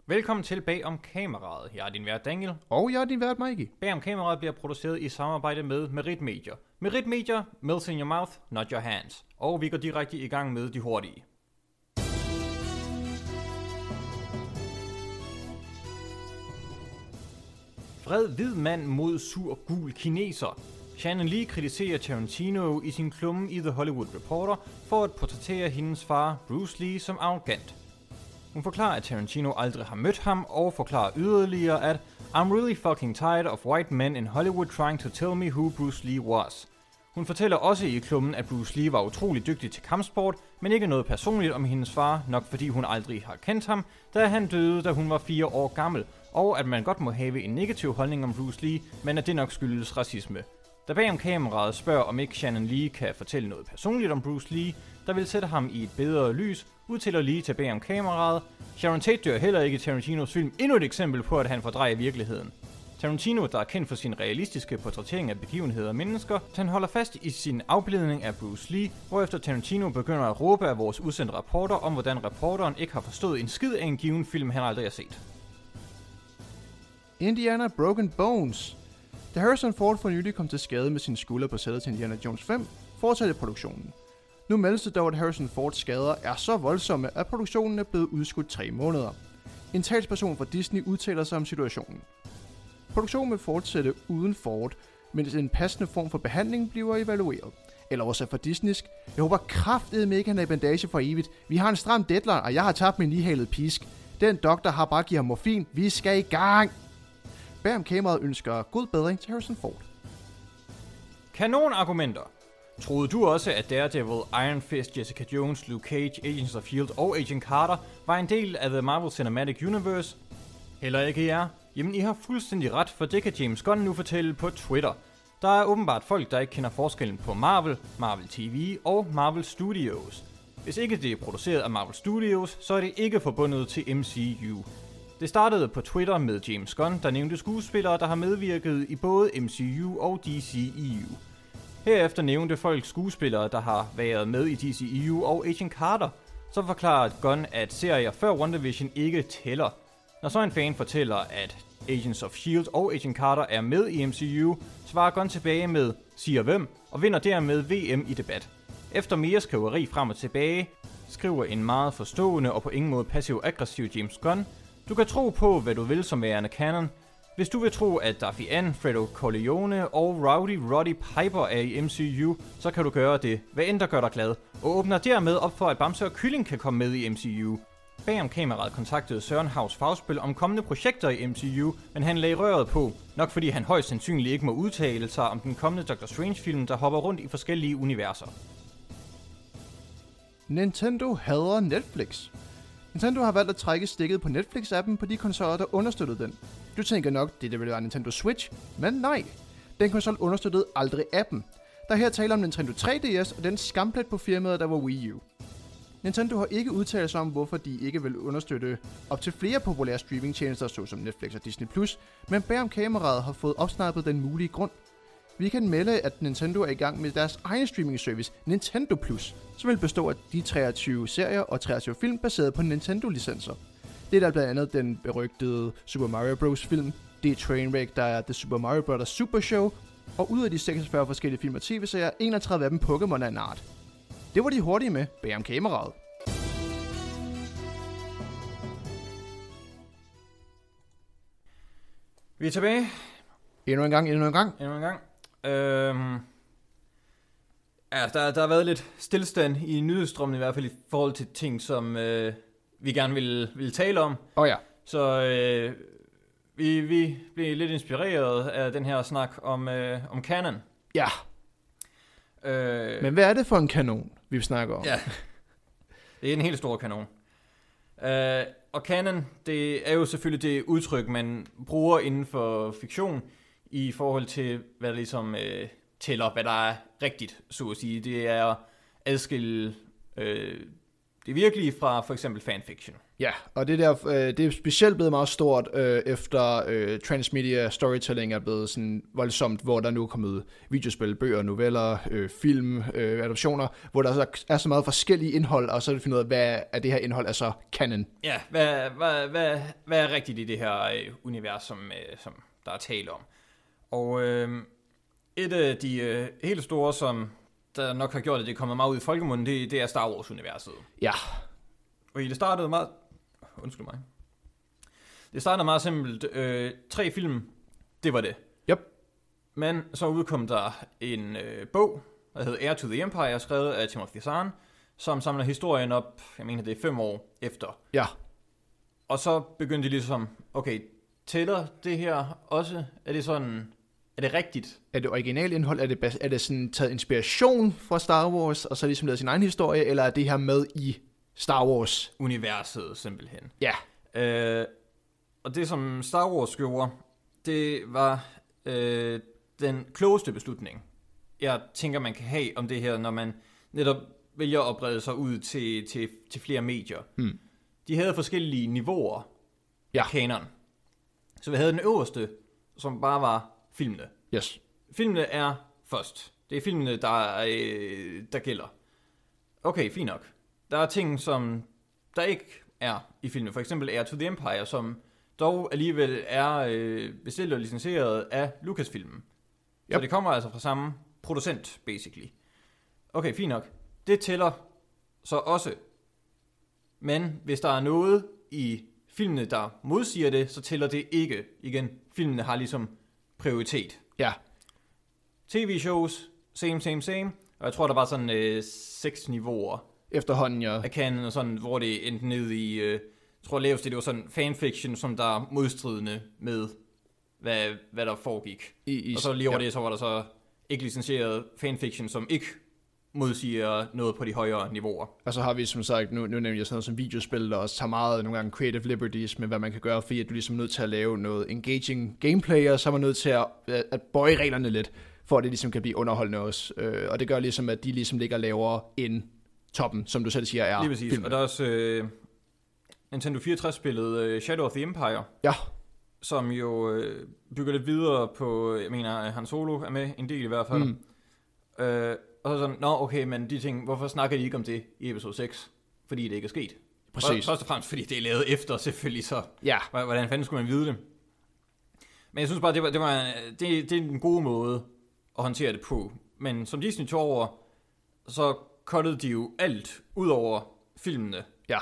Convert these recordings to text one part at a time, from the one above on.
Velkommen til Bag om kameraet. Jeg er din vært Daniel. Og jeg er din vært Mikey. Bag om kameraet bliver produceret i samarbejde med Merit Media. Merit Media, melts in your mouth, not your hands. Og vi går direkte i gang med de hurtige. Vred hvid mand mod sur gul kineser. Shannon Lee kritiserer Tarantino i sin klumme i The Hollywood Reporter for at portrættere hendes far Bruce Lee som arrogant. Hun forklarer, at Tarantino aldrig har mødt ham, og forklarer yderligere, at I'm really fucking tired of white men in Hollywood trying to tell me who Bruce Lee was. Hun fortæller også i klummen, at Bruce Lee var utrolig dygtig til kampsport, men ikke noget personligt om hendes far, nok fordi hun aldrig har kendt ham, da han døde, da hun var 4 år gammel, og at man godt må have en negativ holdning om Bruce Lee, men at det nok skyldes racisme. Da bag om kameraet spørger, om ikke Shannon Lee kan fortælle noget personligt om Bruce Lee, der vil sætte ham i et bedre lys, udtaler Lee til bag om kameraet. Sharon Tate dør heller ikke i Tarantinos film, endnu et eksempel på, at han fordrejer virkeligheden. Tarantino, der er kendt for sin realistiske portrættering af begivenheder og mennesker, han holder fast i sin afbildning af Bruce Lee, hvorefter Tarantino begynder at råbe af vores udsendte reporter om, hvordan reporteren ikke har forstået en skid af en given film, han aldrig har set. Indiana Broken Bones. Da Harrison Ford for nylig kom til skade med sin skulder på sættet til Indiana Jones 5, fortsatte produktionen. Nu meldes det dog, at Harrison Fords skader er så voldsomme, at produktionen er blevet udskudt 3 måneder. En talsperson fra Disney udtaler sig om situationen. Produktionen vil fortsætte uden Ford, mens en passende form for behandling bliver evalueret. Eller også for Disneysk. Jeg håber kraftedeme ikke, han er i bandage for evigt. Vi har en stram deadline, og jeg har tabt min ligehalede pisk. Den doktor har bare givet ham morfin. Vi skal i gang! Bag om kameraet ønsker god bedring til Harrison Ford. Kanon argumenter. Troede du også, at Daredevil, Iron Fist, Jessica Jones, Luke Cage, Agents of S.H.I.E.L.D. og Agent Carter var en del af The Marvel Cinematic Universe? Heller ikke jer? Jamen, I har fuldstændig ret, for det kan James Gunn nu fortælle på Twitter. Der er åbenbart folk, der ikke kender forskellen på Marvel, Marvel TV og Marvel Studios. Hvis ikke det er produceret af Marvel Studios, så er det ikke forbundet til MCU. Det startede på Twitter med James Gunn, der nævnte skuespillere, der har medvirket i både MCU og DCEU. Herefter nævnte folk skuespillere, der har været med i DCEU og Agent Carter. Så forklarer Gunn, at serier før WandaVision ikke tæller. Når så en fan fortæller, at Agents of S.H.I.E.L.D. og Agent Carter er med i MCU, svarer Gunn tilbage med, siger hvem, og vinder dermed VM i debat. Efter mere skriveri frem og tilbage, skriver en meget forstående og på ingen måde passiv-aggressiv James Gunn: du kan tro på, hvad du vil som værende canon. Hvis du vil tro, at Daffy Fredo Corleone og Rowdy Roddy Piper er i MCU, så kan du gøre det, hvad end der gør dig glad, og åbner dermed op for, at Bamse og Kylling kan komme med i MCU. Bag om kameraet kontaktede Søren Haus Fagspil om kommende projekter i MCU, men han lagde røret på, nok fordi han højst sandsynligt ikke må udtale sig om den kommende Doctor Strange-film, der hopper rundt i forskellige universer. Nintendo hader Netflix. Nintendo har valgt at trække stikket på Netflix-appen på de konsoller, der understøttede den. Du tænker nok, det ville være Nintendo Switch, men nej. Den konsol understøttede aldrig appen. Der her taler om Nintendo 3DS og den skamplet på firmaet, der var Wii U. Nintendo har ikke udtalt sig om, hvorfor de ikke vil understøtte op til flere populære streamingtjenester, såsom Netflix og Disney+, men bag om kameraet har fået opsnappet den mulige grund. Vi kan melde, at Nintendo er i gang med deres egen streaming service, Nintendo Plus, som vil bestå af de 23 serier og 23 film baseret på Nintendo-licenser. Det er der blandt andet den berygtede Super Mario Bros. Film, det Trainwreck, der er The Super Mario Bros. Super Show, og ud af de 46 forskellige film og tv-serier, 31 af dem Pokémon af en art. Det var de hurtige med bag om kameraet. Vi er tilbage. Endnu en gang. Ja, der har været lidt stillstand i nyhedsstrømmen, i hvert fald i forhold til ting, som vi gerne ville tale om. Ja. Så vi blev lidt inspireret af den her snak om canon. Ja. Men hvad er det for en kanon, vi snakker om? Ja, det er en helt stor kanon. Og canon, det er jo selvfølgelig det udtryk, man bruger inden for fiktion, i forhold til, hvad der ligesom tæller, hvad der er rigtigt, så at sige. Det er at adskille Det virkelige fra for eksempel fanfiction. Ja, og det er specielt blevet meget stort efter transmedia storytelling er blevet sådan voldsomt, hvor der nu er kommet videospil, bøger, noveller, film, adoptioner, hvor der så er så meget forskellige indhold, og så er det fundet ud af, hvad er det her indhold er så canon. Ja, hvad er rigtigt i det her univers, som der er tale om. Og et af de helt store, som der nok har gjort, at det er kommet meget ud i folkemunden, det er Star Wars-universet. Ja. Og det startede meget... Undskyld mig. Det startede meget simpelt. 3 film, det var det. Yep. Men så udkom der en bog, der hed Heir to the Empire, skrevet af Timothy Zahn, som samler historien op, jeg mener det er 5 år efter. Ja. Og så begyndte de ligesom, okay, tæller det her også? Er det sådan... Er det rigtigt? Er det original indhold? Er det sådan taget inspiration fra Star Wars, og så ligesom lavet sin egen historie, eller er det her med i Star Wars? Universet, simpelthen. Ja. Og det, som Star Wars gjorde, det var den klogeste beslutning, jeg tænker, man kan have om det her, når man netop vælger at brede sig ud til flere medier. De havde forskellige niveauer af kanon. Så vi havde den øverste, som bare var filmene. Yes. Filmene er først. Det er filmene, der gælder. Okay, fint nok. Der er ting, som der ikke er i filmene. For eksempel Heir to the Empire, som dog alligevel er bestilt og licenseret af Lucasfilmen. Yep. Så det kommer altså fra samme producent, basically. Okay, fint nok. Det tæller så også. Men hvis der er noget i filmene, der modsiger det, så tæller det ikke. Igen, filmene har ligesom prioritet. Ja. TV-shows, same. Og jeg tror, der var sådan 6 niveauer. Efterhånden, ja. Af canon, og sådan, hvor det endte ned i... jeg tror, lavest det var sådan fanfiction, som der er modstridende med, hvad der foregik. Og så lige over det, så var der så ikke licenseret fanfiction, som ikke modsiger noget på de højere niveauer. Og så har vi som sagt, nu nævner jeg sådan noget som videospil, der også tager meget nogle gange creative liberties med, hvad man kan gøre, fordi at du ligesom er nødt til at lave noget engaging gameplay, og så er man nødt til at bøje reglerne lidt, for at det ligesom kan blive underholdende også. Og det gør ligesom, at de ligesom ligger lavere end toppen, som du selv siger er lige præcis. Filmen. Og der er også Nintendo 64-spillet Shadow of the Empire. Ja. Som jo bygger lidt videre på, jeg mener, Han Solo er med, en del i hvert fald. Og så sådan, okay, men de ting, hvorfor snakker de ikke om det i episode 6? Fordi det ikke er sket. Præcis. Først og fremmest, fordi det er lavet efter, selvfølgelig, så ja. Hvordan fanden skulle man vide det? Men jeg synes bare, det er en god måde at håndtere det på. Men som Disney tog over, så cuttede de jo alt ud over filmene. Ja.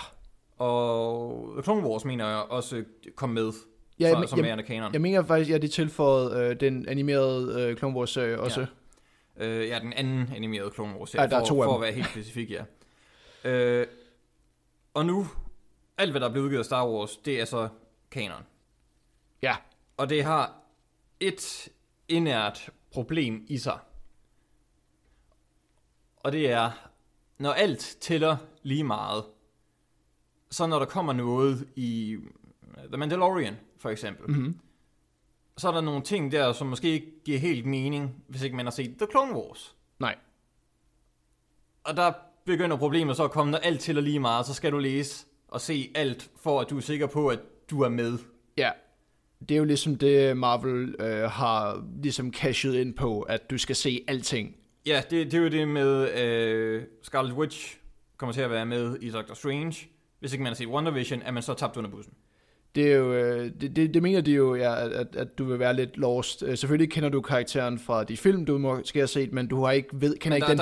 Og The Clone Wars, mener jeg, også kom med som værende kanon. Jeg mener faktisk, at de tilføjede den animerede Clone Wars også. Ja. Den anden animerede Clone Wars, der er to for at være helt specifik, ja. Og nu, alt hvad der er blevet udgivet af Star Wars, det er så kanon. Ja. Og det har et indært problem i sig. Og det er, når alt tæller lige meget, så når der kommer noget i The Mandalorian, for eksempel, så er der nogle ting der, som måske ikke giver helt mening, hvis ikke man har set The Clone Wars. Nej. Og der begynder problemet så at komme, når alt tæller lige meget, så skal du læse og se alt, for at du er sikker på, at du er med. Ja. Det er jo ligesom det, Marvel har ligesom cashet ind på, at du skal se alting. Ja, det er jo det med Scarlet Witch kommer til at være med i Doctor Strange. Hvis ikke man har set WandaVision, er man så tabt under bussen. Det er jo, det mener de jo, ja, at du vil være lidt lost. Selvfølgelig kender du karakteren fra de film, du måske har set, men du har ikke kender ikke den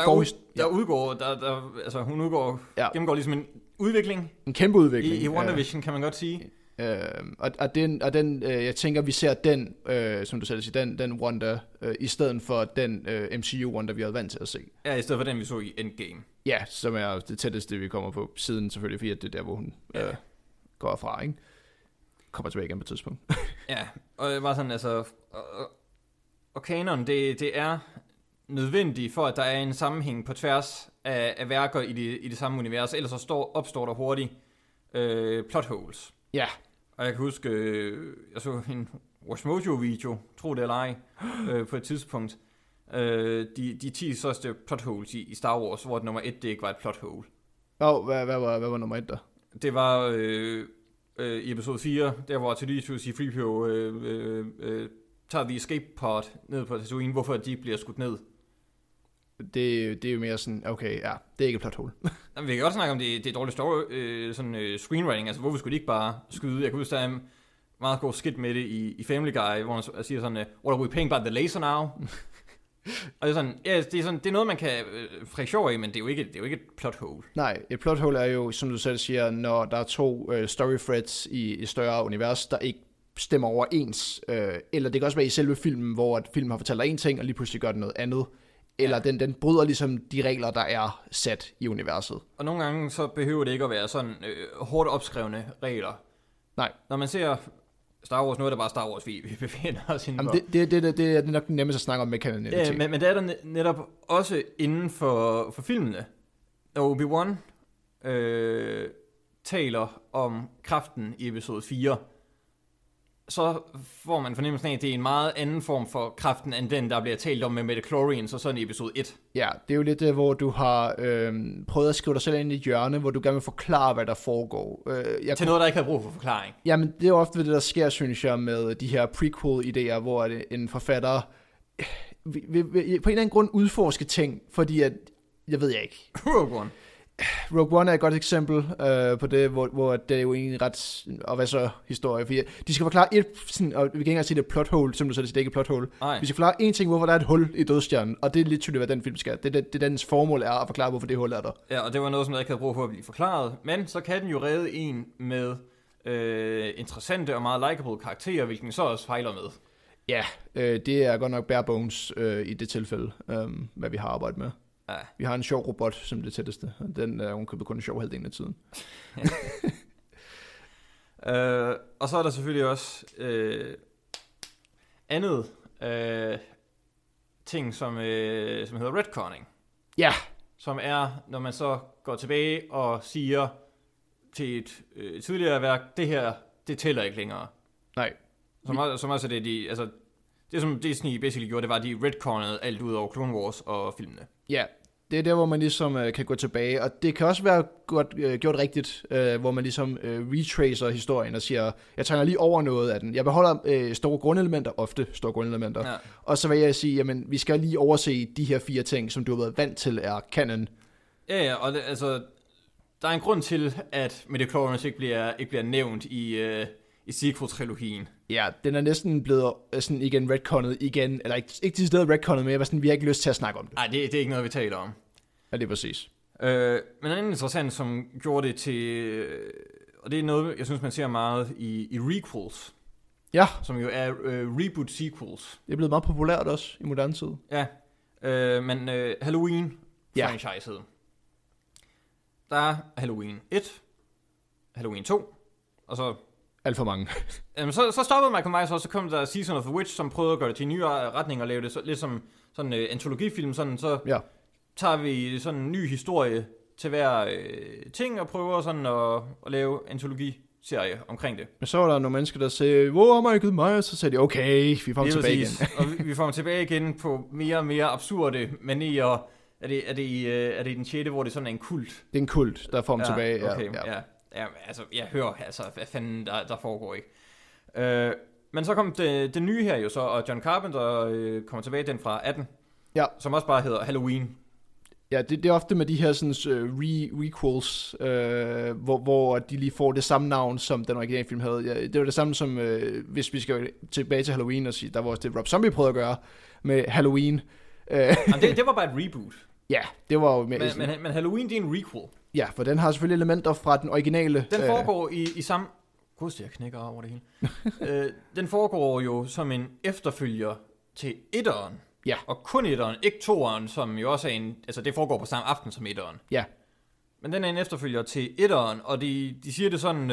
hun gennemgår ligesom en udvikling. En kæmpe udvikling. I WandaVision, kan man godt sige. Og den jeg tænker, vi ser den, som du selv siger, den Wanda, i stedet for den MCU Wanda, vi har vant til at se. Ja, i stedet for den, vi så i Endgame. Ja, som er det tætteste, vi kommer på siden, selvfølgelig, fordi det er der, hvor hun går fra, ikke? Kommer tilbage igen på et tidspunkt. Ja, og det var sådan, altså... Og kanon, det er nødvendigt for, at der er en sammenhæng på tværs af værker i det samme univers, ellers så opstår der hurtigt plot holes. Ja. Og jeg kan huske, jeg så en Washmojo-video, tro det eller ej, på et tidspunkt. De 10 største plot holes i Star Wars, hvor nummer 1 det ikke var et plot hole. Hvad var nummer 1 der? Det var i episode 4, der hvor Artudius og C-3PO tager The Escape Pod ned på Tatooine, hvorfor de bliver skudt ned. Det er jo mere sådan, okay, ja, det er ikke et plot hole. Jamen, vi kan også snakke om, det er dårligt screenwriting, altså hvorfor skulle de ikke bare skyde? Jeg kan huske, der er en meget god skidt med det i Family Guy, hvor man siger sådan, what are we paying by the laser now? Og det er sådan, ja, det er noget, man kan frække sjov af, men det er jo ikke et plot hole. Nej, et plot hole er jo, som du selv siger, når der er 2 story threads i et større univers, der ikke stemmer overens. Eller det kan også være i selve filmen, hvor at filmen har fortalt dig en ting, og lige pludselig gør den noget andet. Eller den bryder ligesom de regler, der er sat i universet. Og nogle gange så behøver det ikke at være sådan hårdt opskrevne regler. Nej. Når man ser Star Wars, nu er det bare Star Wars, vi befinder os indenfor. Det er nok den nemmeste at snakke om med kanonitet. Ja, men det er der netop også inden for filmene. Obi-Wan taler om kraften i episode 4. Så får man fornemmelsen af, at det er en meget anden form for kraften, end den, der bliver talt om med midichlorians og sådan i episode 1. Ja, det er jo lidt det, hvor du har prøvet at skrive dig selv ind i et hjørne, hvor du gerne vil forklare, hvad der foregår. Til noget, der ikke har brug for forklaring. Jamen, det er jo ofte det, der sker, synes jeg, med de her prequel-idéer, hvor en forfatter vil på en eller anden grund udforske ting, fordi at, jeg ved ikke. Rogue One er et godt eksempel på det, hvor det er jo egentlig ret, og hvad så historie, fordi de skal forklare et, sådan, og vi kan ikke engang sige det er plot hole, som du sagde, det er ikke et plot hole. Ej. Vi skal forklare en ting, hvorfor der er et hul i dødstjernen, og det er lidt tydeligt, hvad den film skal. Det dens formål er at forklare, hvorfor det hul er der. Ja, og det var noget, som jeg ikke havde brug for at blive forklaret, men så kan den jo redde en med interessante og meget likeable karakterer, hvilken så også fejler med. Ja, det er godt nok bare bones i det tilfælde, hvad vi har arbejdet med. Ja. Vi har en sjov robot som det tætteste. Den er hun kun sjov halvdelen af tiden. Og så er der selvfølgelig også andet ting, som hedder retconning. Ja. Som er, når man så går tilbage og siger til et tidligere værk, det her, det tæller ikke længere. Nej. Som også det som Disney basically gjorde, det var, at de retconnede alt ud over Clone Wars og filmene. Ja, det er der, hvor man ligesom kan gå tilbage, og det kan også være gjort rigtigt, hvor man ligesom retracer historien og siger, jeg tager lige over noget af den. Jeg beholder store grundelementer, ja. Og så vil jeg sige, jamen, vi skal lige overse de her 4 ting, som du har været vant til er canon. Ja, og der er en grund til, at midichlorians ikke bliver nævnt i sequel-trilogien. Ja, den er næsten blevet sådan igen retconnet igen, eller ikke til stedet retconnet, men jeg var sådan, vi har ikke lyst til at snakke om det. Nej, det er ikke noget, vi taler om. Ja, det er præcis. Men en anden interessant, som gjorde det til, og det er noget, jeg synes, man ser meget i requels. Ja. Som jo er reboot sequels. Det er blevet meget populært også i moderne tid. Ja, men Halloween-franchiset. Ja. Der er Halloween 1, Halloween 2, og så alt for mange. Så stoppede Michael Myers, og så kom der Season of the Witch, som prøvede at gøre det til en ny retning og lave det lidt som sådan en antologifilm. Sådan, så tager vi sådan en ny historie til hver ting og prøver sådan at lave antologiserie omkring det. Men så var der nogle mennesker, der sagde, hvor er Michael Myers? Så sagde de, okay, vi får ham tilbage igen. Og vi får ham tilbage igen på mere og mere absurde manerer. Er det i den 6., hvor det sådan er en kult? Det er en kult, der får ham tilbage. Okay, ja. Ja, altså, jeg hører, hvad fanden der foregår, ikke? Men så kom det nye her jo så, og John Carpenter kommer tilbage, den fra 18, som også bare hedder Halloween. Ja, det er ofte med de her sådan, requels, hvor de lige får det samme navn, som den originale film havde. Ja, det var det samme som, hvis vi skal tilbage til Halloween og sige, der var også det Rob Zombie prøvede at gøre med Halloween. Det var bare et reboot. Ja, det var jo... Men Halloween, det er en requel. Ja, for den har selvfølgelig elementer fra den originale... Den foregår i samme... Gud, jeg knækker over det hele. Den foregår jo som en efterfølger til 1'eren. Ja. Og kun 1'eren, ikke 2'eren, som jo også er en... Altså, det foregår på samme aften som 1'eren. Ja. Men den er en efterfølger til 1'eren, og de siger det sådan...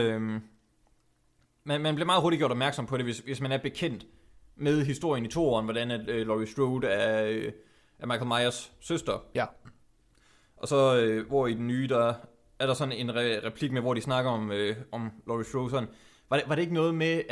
Man bliver meget hurtigt gjort opmærksom på det, hvis man er bekendt med historien i 2'eren, hvordan at Laurie Strode er Michael Myers søster. Ja. Og så, hvor i den nye, der er der sådan en replik med, hvor de snakker om Laurie Strode sådan. Var det ikke noget med,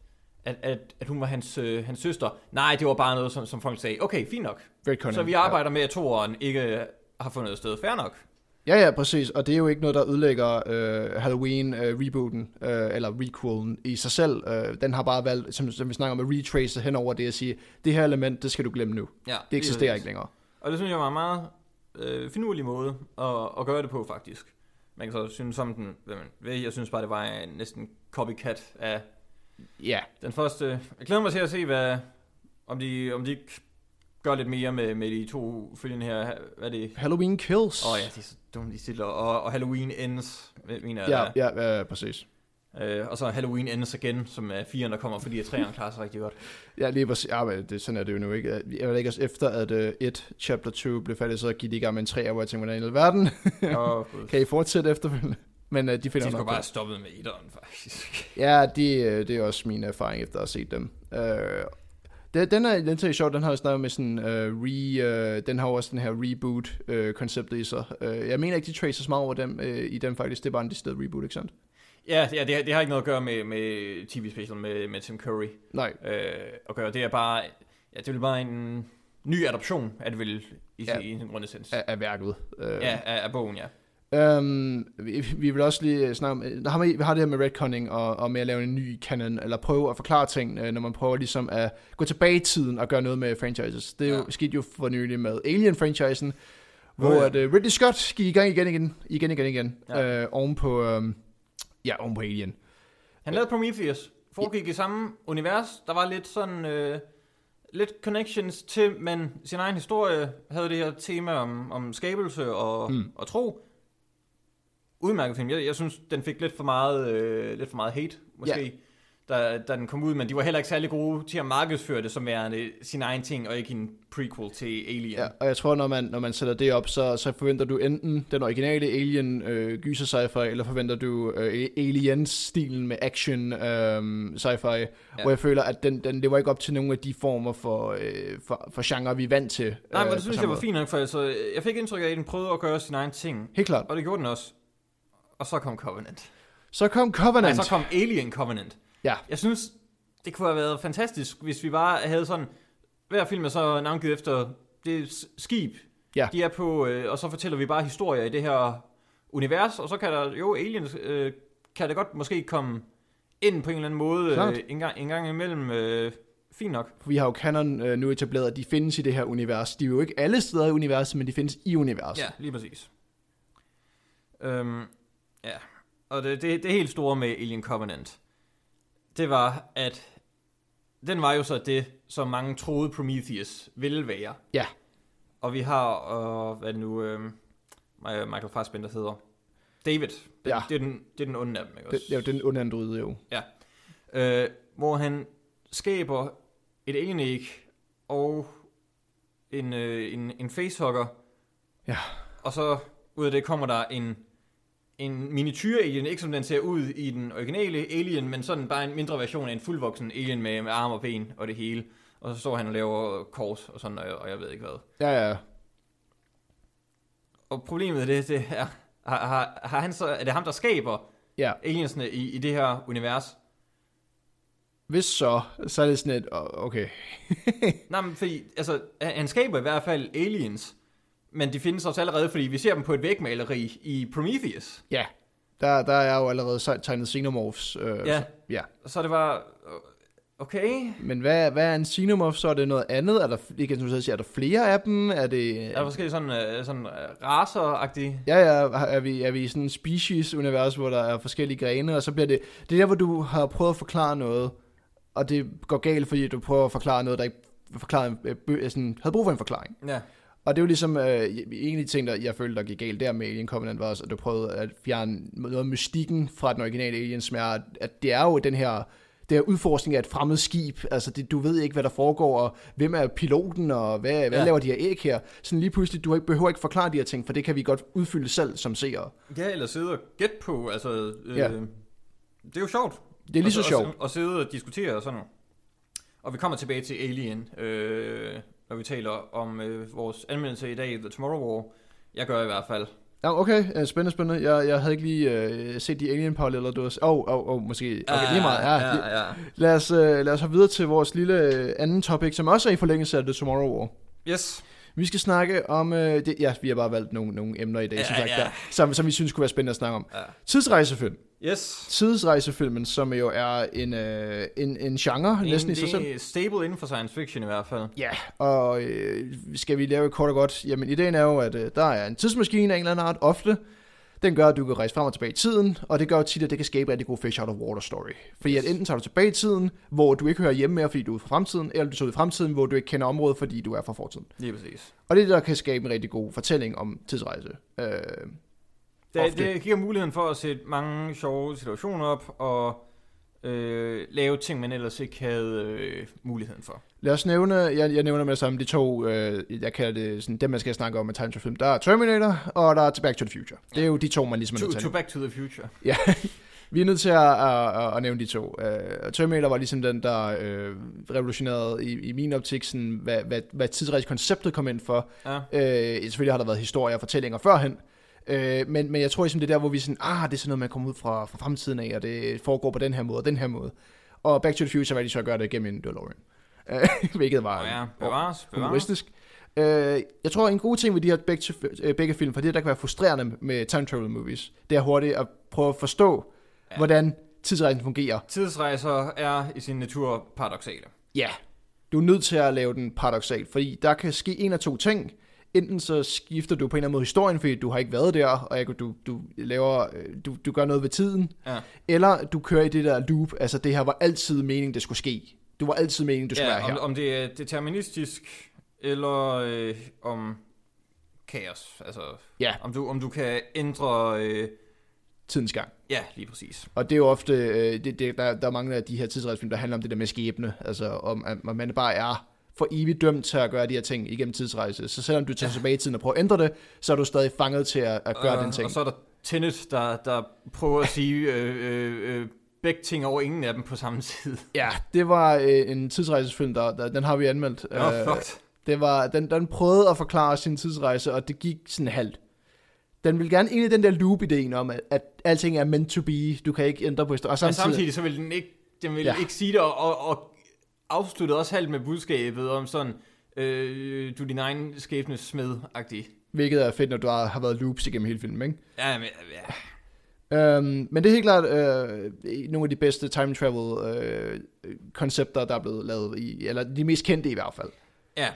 at hun var hans søster? Nej, det var bare noget, som folk sagde, okay, fint nok. Så vi arbejder med, at 2'eren ikke har fundet et sted. Fair nok. Ja, præcis. Og det er jo ikke noget, der ødelægger Halloween-rebooten, eller requelen i sig selv. Den har bare valgt, som vi snakker om, at retrace hen over det og sige, det her element, det skal du glemme nu. Ja, det eksisterer ikke længere. Og det synes jeg var en meget finurlig måde at gøre det på, faktisk. Man kan så synes om den, jeg synes bare, det var en næsten copycat af den første. Jeg glæder mig til at se, om de gør lidt mere med de to følgende her. Hvad er det? Halloween Kills. Ja, de er så dumme, de stiller. Og Halloween Ends, mener jeg. Ja, præcis. Og så Halloween Ends igen, som er 4'eren, der kommer, fordi 3'eren klarer sig rigtig godt. Ja, lige præcis. Ja, men sådan er det jo nu ikke. Jeg ved ikke, også efter at Chapter 2 blev færdig, så gik de i gang med en 3'er, hvor jeg tænkte, hvordan i alverden kan I fortsætte efterfølgende? Men de finder skulle bare stoppet med 1'eren, faktisk. Ja, det er også min erfaring, efter at have set dem. Den er sjov, den har jo snakket med sådan den har også den her reboot-konceptet i sig. Jeg mener ikke, de tracer så meget over dem i dem faktisk, det er bare en decideret reboot, ikke sandt? Ja, det har ikke noget at gøre med tv-special med Tim Curry. Nej. At gøre. Det er bare, det vil bare en ny adoption, er det vel i en grundessens. Af værket. Af bogen, ja. Vi vil også lige snakke om, vi har det her med retconning og med at lave en ny canon, eller prøve at forklare ting, når man prøver ligesom at gå tilbage i tiden og gøre noget med franchises. Det er jo sket jo for nylig med Alien-franchisen, hvor Ridley Scott gik i gang igen, oven på Alien. Han lavede Prometheus, foregik i samme univers, der var lidt sådan, lidt connections til, men sin egen historie havde det her tema om skabelse og tro. Udmærket film. Jeg synes, den fik lidt for meget hate, måske, da den kom ud, men de var heller ikke særlig gode til at markedsføre det som værende sin egen ting, og ikke en prequel til Alien. Ja, og jeg tror, når man sætter det op, så forventer du enten den originale Alien gyser sci-fi, eller forventer du Aliens-stilen med action sci-fi, hvor jeg føler, at den lever ikke op til nogle af de former for genre, vi er vant til. Nej, men det synes jeg var fint nok, for altså, jeg fik indtryk af, at den prøvede at gøre sin egen ting. Helt klart. Og det gjorde den også. Og så kom Covenant. Så kom Alien Covenant. Ja. Jeg synes, det kunne have været fantastisk, hvis vi bare havde sådan, hver film er så navngivet efter det skib, de er på, og så fortæller vi bare historier i det her univers, og så kan der jo aliens, kan det godt måske komme ind på en eller anden måde en gang imellem. Fint nok. Vi har jo canon nu etableret, at de findes i det her univers. De er jo ikke alle steder i universet, men de findes i universet. Ja, lige præcis. Og det helt store med Alien Covenant, det var, at den var jo så det, som mange troede Prometheus ville være. Ja. Og vi har, hvad nu, Michael Fassbender hedder, David. Det er den onde af dem, ikke også? Det er jo den onde android, jo. Ja. Hvor han skaber et alien-æg og en facehugger. Ja. Og så ud af det kommer der en miniatyr-alien, ikke som den ser ud i den originale alien, men sådan bare en mindre version af en fuldvoksen alien med arm og ben og det hele. Og så står han og laver kors og sådan, og jeg ved ikke hvad. Ja. Og problemet det er, har han så, er det ham, der skaber aliensene i det her univers? Hvis så er det sådan et, okay. Nej, men fordi, altså, han skaber i hvert fald aliens, men de findes også allerede, fordi vi ser dem på et vægmaleri i Prometheus. Ja, der er jo allerede tegnet xenomorphs. Ja, så det var okay. Men hvad er en xenomorph? Så er det noget andet? Er der flere af dem? Er der forskellige sådan racer-agtige? Ja, er vi i sådan en species-univers, hvor der er forskellige grene, og så bliver det er der, hvor du har prøvet at forklare noget, og det går galt, fordi du prøver at forklare noget, der ikke havde brug for en forklaring. Ja. Og det er jo ligesom, en af de ting, der jeg følte, der gik galt der med Alien Covenant, var også, at du prøvede at fjerne noget af mystikken fra den originale Aliens, med at det er jo det her udforskning af et fremmed skib. Altså, du ved ikke, hvad der foregår, og hvem er piloten, og hvad laver de her æg her. Sådan lige pludselig, du behøver ikke forklare de her ting, for det kan vi godt udfylde selv som seere. Ja, eller sidde og gætte på, altså, det er jo sjovt. Det er lige så sjovt. Og sidde og diskutere og sådan noget. Og vi kommer tilbage til Alien, når vi taler om vores anmeldelse i dag, The Tomorrow War. Jeg gør i hvert fald. Ja, okay. Spændende. Jeg havde ikke lige set de Alien-paralleller, du har... måske... Okay, lige meget. Ja. Lad os have videre til vores lille anden topic, som også er i forlængelse af The Tomorrow War. Yes. Vi skal snakke om, vi har bare valgt nogle emner i dag, som vi synes kunne være spændende at snakke om. Ja. Tidsrejsefilm. Yes. Tidsrejsefilmen, som jo er en genre, næsten i sig selv. Det er stable inden for science fiction i hvert fald. Ja, og skal vi lave kort og godt? Jamen, ideen er jo, at der er en tidsmaskine af en eller anden art, ofte. Den gør, at du kan rejse frem og tilbage i tiden, og det gør jo tit, at det kan skabe en rigtig god fish out of water story. Fordi at enten tager du tilbage i tiden, hvor du ikke hører hjemme mere, fordi du er fra fremtiden, eller du tager ud i fremtiden, hvor du ikke kender området, fordi du er fra fortiden. Lige præcis. Og det er det, der kan skabe en rigtig god fortælling om tidsrejse. Det giver muligheden for at sætte mange sjove situationer op, og lave ting, man ellers ikke havde muligheden for. Lad os nævne, jeg nævner med det samme, de to, jeg kalder det sådan, dem man skal snakke om med time travel film. Der er Terminator, og der er Back to the Future. Det er jo de to, man ligesom er nødt til. To Back to the Future. Ja, vi er nødt til at nævne de to. Terminator var ligesom den, der revolutionerede i min optik, sådan, hvad tidsrejsekonceptet kom ind for. Ja. Selvfølgelig har der været historier og fortællinger førhen, men jeg tror ligesom det er der, hvor vi sådan, det er sådan noget, man kommer ud fra fremtiden af, og det foregår på den her måde og den her måde. Og Back to the Future var de så at gøre det gennem en DeLorean. Hvilket var humoristisk. Jeg tror, en god ting ved de her begge film, for det der kan være frustrerende med time travel movies, det er hurtigt at prøve at forstå, hvordan tidsrejsen fungerer. Tidsrejser er i sin natur paradoksale. Ja, du er nødt til at lave den paradoksalt, fordi der kan ske en af to ting. Enten så skifter du på en eller anden måde historien, fordi du har ikke været der, og du gør noget ved tiden. Ja. Eller du kører i det der loop, altså det her var altid meningen, det skulle ske. Du var altid meningen, du skulle være her. Om det er deterministisk, eller om kaos. Altså, om du kan ændre tidens gang. Ja, lige præcis. Og det er jo ofte, der er mange af de her tidsrejsefilm, der handler om det der med skæbne. Altså om, at man bare er for evigt dømt til at gøre de her ting igennem tidsrejse. Så selvom du tager tilbage i tiden og prøver at ændre det, så er du stadig fanget til at gøre den ting. Og så er der Tenet, der prøver at sige begge ting over ingen af dem på samme tid. Ja, det var en tidsrejsefilm, den har vi anmeldt. Den prøvede at forklare sin tidsrejse, og det gik sådan halvt. Den vil gerne ind i den der loop-ideen om, at alting er meant to be, du kan ikke ændre på historien. Og samtidig så vil den ikke sige det, og afsluttede også halvt med budskabet om sådan, du er din egen skæbnes smed-agtig. Hvilket er fedt, når du har været loops igennem hele filmen, ikke? Ja. Men det er helt klart nogle af de bedste time travel koncepter, der er blevet lavet i, eller de mest kendte i hvert fald. Ja.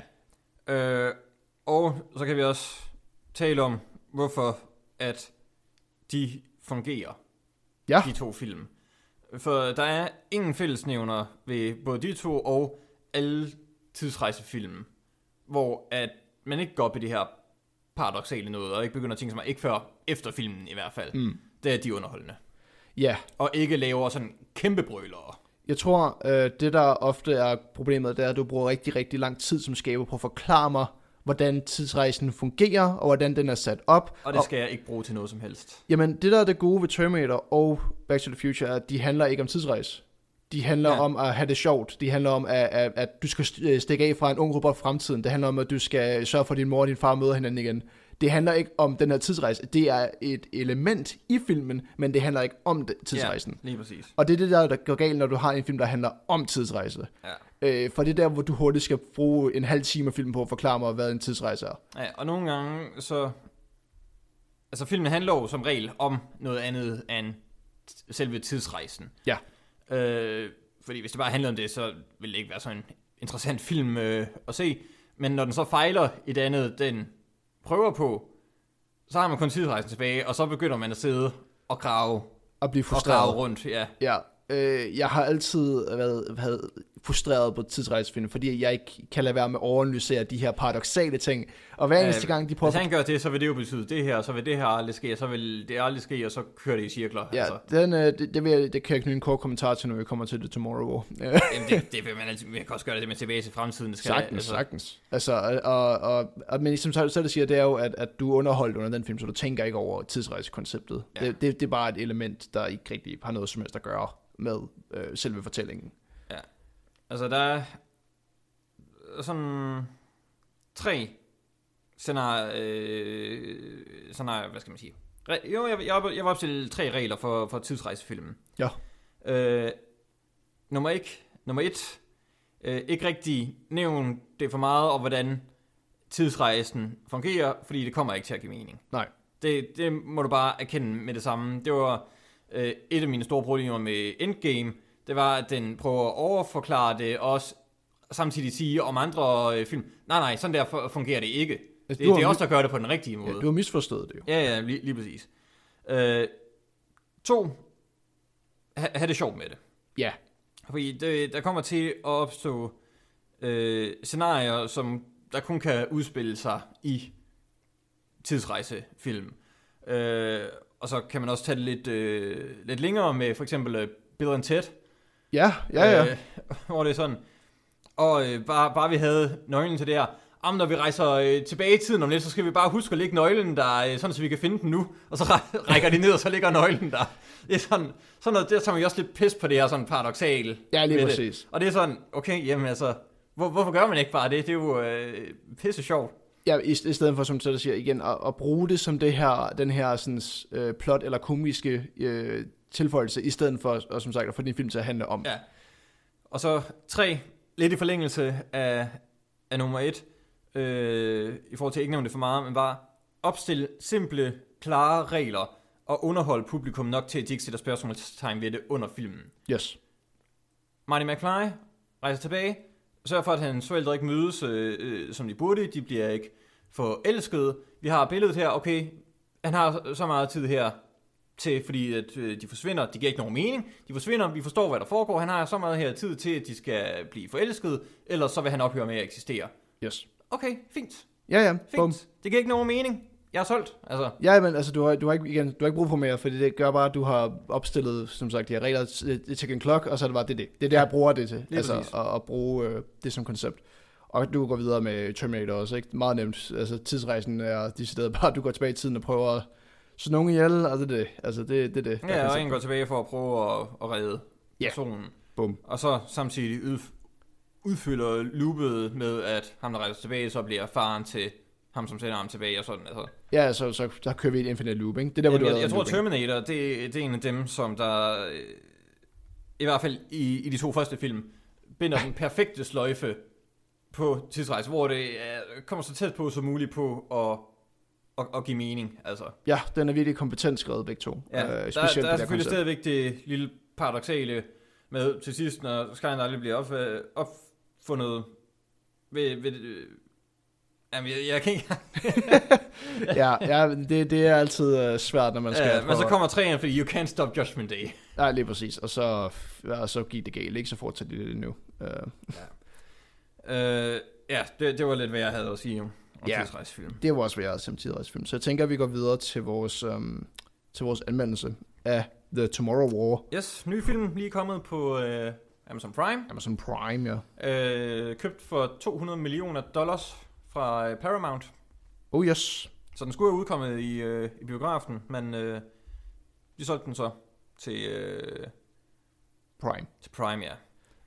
Og så kan vi også tale om, hvorfor at de fungerer, de to film. For der er ingen fællesnævner ved både de to og alle tidsrejsefilm, hvor at man ikke går op i det her paradoksale noget, og ikke begynder at tænke sig ikke før efter filmen i hvert fald. Det er de underholdende. Ja. Og ikke laver sådan kæmpe brølere. Jeg tror, det der ofte er problemet, det er, at du bruger rigtig, rigtig lang tid som skaber på at forklare mig, hvordan tidsrejsen fungerer, og hvordan den er sat op. Og det skal jeg ikke bruge til noget som helst. Jamen, det der er det gode ved Terminator og Back to the Future, er, at de handler ikke om tidsrejse. De handler om at have det sjovt. De handler om, at du skal stikke af fra en ung robot fremtiden. Det handler om, at du skal sørge for, at din mor og din far møder hinanden igen. Det handler ikke om den her tidsrejse. Det er et element i filmen, men det handler ikke om tidsrejsen. Ja, lige præcis. Og det er det der går galt, når du har en film, der handler om tidsrejse. Ja. For det er der, hvor du hurtigt skal bruge en halv time af filmen på at forklare mig, hvad en tidsrejse er. Ja, og nogle gange så... Altså filmen handler jo som regel om noget andet end selve tidsrejsen. Ja. Fordi hvis det bare handler om det, så vil det ikke være sådan en interessant film at se. Men når den så fejler i det andet, den prøver på, så har man kun tidsrejsen tilbage, og så begynder man at sidde og grave. Og blive frustreret. Og grave rundt, ja. Ja. Jeg har altid været frustreret på tidsrejsefilm, fordi jeg ikke kan lade være med at overanalysere de her paradoksale ting. Og hver eneste gang de prøver... Hvis han gør det, så vil det jo betyde det her, så vil det her aldrig ske, og så vil det aldrig ske, og så kører det i cirkler. Ja, altså. Det kan jeg knytte en kort kommentar til, når vi kommer til det Tomorrow. Jamen, det vil man altid... Man kan også gøre det med tilbage til fremtiden. Det skal, sagtens. Altså, men som så det siger, det er jo, at du er underholdt under den film, så du tænker ikke over tidsrejsekonceptet. Ja. Det er bare et element, der ikke rigtig har noget som helst at gøre med selve fortællingen. Ja. Altså, der er sådan 3 scenarier, hvad skal man sige? Jeg var opstillet 3 regler for tidsrejsefilmen. Ja. Nummer 1, ikke rigtig nævn det for meget, og hvordan tidsrejsen fungerer, fordi det kommer ikke til at give mening. Nej. Det må du bare erkende med det samme. Det var et af mine store problemer med Endgame. Det var, at den prøver at overforklare det, og også samtidig sige om andre film, nej, sådan der fungerer det ikke. Det er også der gør det på den rigtige måde. Ja, du har misforstået det jo. Ja, lige præcis. 2. Ha' det sjovt med det. Ja. Fordi der kommer til at opstå scenarier, som der kun kan udspille sig i tidsrejsefilm. Og så kan man også tage det lidt længere med for eksempel Bill and Ted. Ja. Hvor det er sådan. Og bare vi havde nøglen til det her. Når vi rejser tilbage i tiden om lidt, så skal vi bare huske at lægge nøglen der, sådan så vi kan finde den nu. Og så rækker de ned, og så ligger nøglen der. Det er sådan noget, der tager man jo også lidt pis på det her sådan paradoksale. Ja, lige præcis. Og det er sådan, okay, jamen altså, hvorfor gør man ikke bare det? Det er jo pisse sjovt. Ja, i stedet for, som du siger igen, at bruge det som den her sådan, plot eller komiske tilføjelse, i stedet for, og som sagt, at få din film til at handle om. Ja. Og så 3, lidt i forlængelse af nummer 1, i forhold til ikke nævne det for meget, men bare opstille simple, klare regler og underholde publikum nok til, at de ikke sætter spørgsmålstegn ved det under filmen. Yes. Marty McFly rejser tilbage, sørger for, at hans forældre ikke mødes, som de burde. De bliver ikke forelskede. Vi har billedet her, okay, han har så meget tid her til, fordi at de forsvinder. Det giver ikke nogen mening. De forsvinder, vi forstår, hvad der foregår. Han har så meget her tid til, at de skal blive forelskede, ellers så vil han ophøre med at eksistere. Yes. Okay, fint. Ja, fint. Boom. Det giver ikke nogen mening. Jeg er solgt, altså. Ja, men altså, du har ikke brug for mere, fordi det gør bare, at du har opstillet, som sagt, de her regler til Ticking Clock, og så er det bare det. Det er det, jeg bruger det til, altså, at bruge det som koncept. Og du går videre med Terminator også, ikke? Meget nemt. Altså, tidsrejsen er de steder bare, du går tilbage i tiden og prøver at slå nogen ihjel, og det er det. Altså, det er det. Ja, og en går tilbage for at prøve at redde personen. Bum. Og så samtidig udfylder loopet med, at ham, der rejser tilbage, så bliver faren til ham, som sender ham tilbage og sådan. Altså. Ja, så der kører vi et infinite loop, ikke? Det der, hvor jeg tror, Terminator, det er en af dem, som der, i hvert fald i de 2 første film, binder den perfekte sløjfe på tidsrejse, hvor det kommer så tæt på som muligt på at give mening. Altså. Ja, den er virkelig kompetent skrevet begge to. Ja, der er selvfølgelig stadigvæk det lille paradoksale med til sidst, når Skynet aldrig bliver opfundet ved jamen, jeg kan ikke. ja, det er altid svært, når man skal. Men så kommer 3'eren, fordi you can't stop Judgment Day. Ja, lige præcis. Og så gik det galt, ikke? Så fortsætter det nu. Det var lidt, hvad jeg havde at sige om tidsrejsefilm. Det var også, hvad jeg havde som tidsrejsefilm. Så jeg tænker, at vi går videre til vores anmeldelse af The Tomorrow War. Yes, ny film lige kommet på Amazon Prime. Amazon Prime, ja. Købt for $200 million fra Paramount. Oh yes. Så den skulle have udkommet i biografen, men de solgte den så til Prime. Til Prime, ja.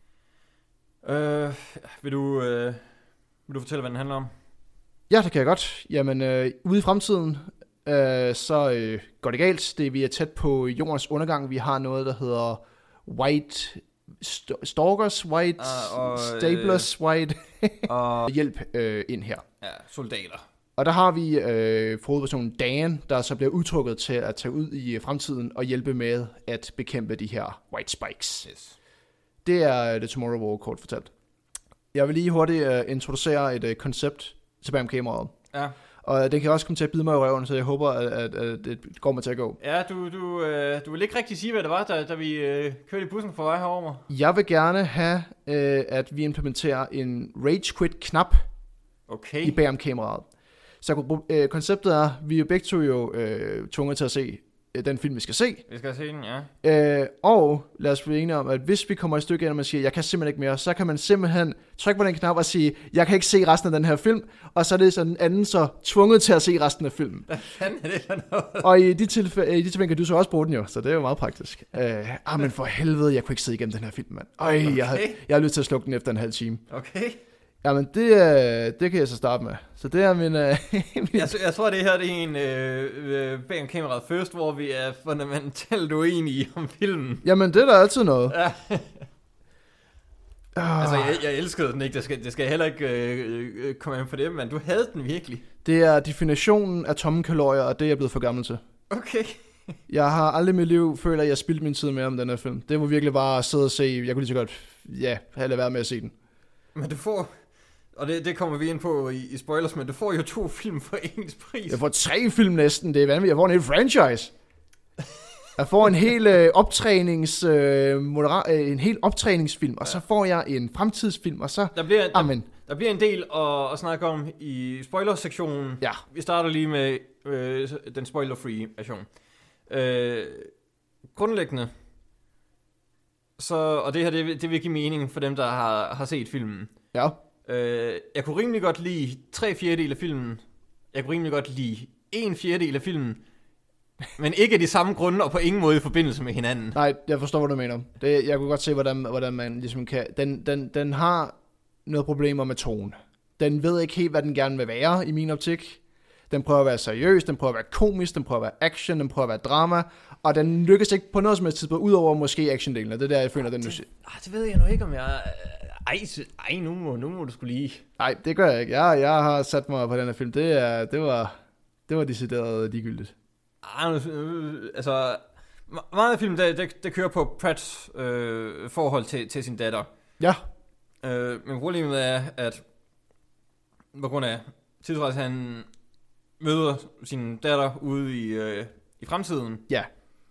Vil du fortælle, hvad den handler om? Ja, det kan jeg godt. Jamen, ude i fremtiden, så går det galt. Vi er tæt på jordens undergang. Vi har noget, der hedder White Stalkers, White Staplers, White og hjælp ind her. Ja, soldater. Og der har vi hovedpersonen Dan, der så bliver udtrukket til at tage ud i fremtiden og hjælpe med at bekæmpe de her White Spikes. Yes. Det er The Tomorrow War, kort fortalt. Jeg vil lige hurtigt introducere et koncept til bag om kameraet. Ja. Og den kan også komme til at bide mig i røven, så jeg håber, at det går mig til at gå. Ja, du vil ikke rigtig sige, hvad det var, da vi kørte i bussen for vej herover. Jeg vil gerne have, at vi implementerer en Rage Quit-knap i bag om kameraet. Så konceptet er, vi er begge to tvunget til at se den film, vi skal se. Vi skal se den, ja. Og lad os blive enige om, at hvis vi kommer i stykke, og man siger, jeg kan simpelthen ikke mere, så kan man simpelthen trykke på den knap og sige, jeg kan ikke se resten af den her film, og så er det så den anden så tvunget til at se resten af filmen. Hvad fanden er det for noget? Og i de tilfælde kan du så også bruge den jo, så det er jo meget praktisk. Men for helvede, jeg kunne ikke sidde igennem den her film, mand. Okay. Jeg har lyst til at slukke den efter en halv time. Okay. Jamen, det kan jeg så starte med. Så det er min... Jeg tror, det her det er en bag om kameraet først, hvor vi er fundamentalt uenige om filmen. Jamen, det er der altid noget. Ja. Altså, Jeg elskede den ikke. Det skal heller ikke komme ind på det, men du havde den virkelig. Det er definitionen af tomme kalorier, og det er jeg blevet for gammel til. Okay. Jeg har aldrig i mit liv følt, at jeg spildte min tid med om den her film. Det var virkelig bare at sidde og se. Jeg kunne lige så godt, have været med at se den. Men du får, og det kommer vi ind på i spoilers, men du får jo 2 film for ens pris. Jeg får 3 film næsten. Det er vanvittigt. Jeg får en hel franchise. Jeg får en hel en hel optræningsfilm, og så får jeg en fremtidsfilm, og så... Der bliver en del at snakke om i spoilersektionen. Ja. Vi starter lige med den spoiler-free version. Grundlæggende, så, og det her det vil give mening for dem, der har set filmen. Ja. Jeg kunne rimelig godt lide 3/4 af filmen. Jeg kunne rimelig godt lide 1/4 af filmen. Men ikke af de samme grunde, og på ingen måde i forbindelse med hinanden. Nej, jeg forstår, hvad du mener. Jeg kunne godt se, hvordan man ligesom kan... Den har noget problemer med tone. Den ved ikke helt, hvad den gerne vil være, i min optik. Den prøver at være seriøs, den prøver at være komisk, den prøver at være action, den prøver at være drama, og den lykkes ikke på noget som helst tidspunkt, udover måske actiondelen, og det er der, jeg føler, den nu... Det ved jeg nu ikke, om jeg... Ej, nu må du skulle lige... Nej, det gør jeg ikke. Jeg har sat mig på den her film. Det var decideret ligegyldigt. Altså, meget af filmen, det kører på Pratts forhold til sin datter. Ja. Men problemet er, at på grund af tidsrejse, han møder sin datter ude i fremtiden. Ja.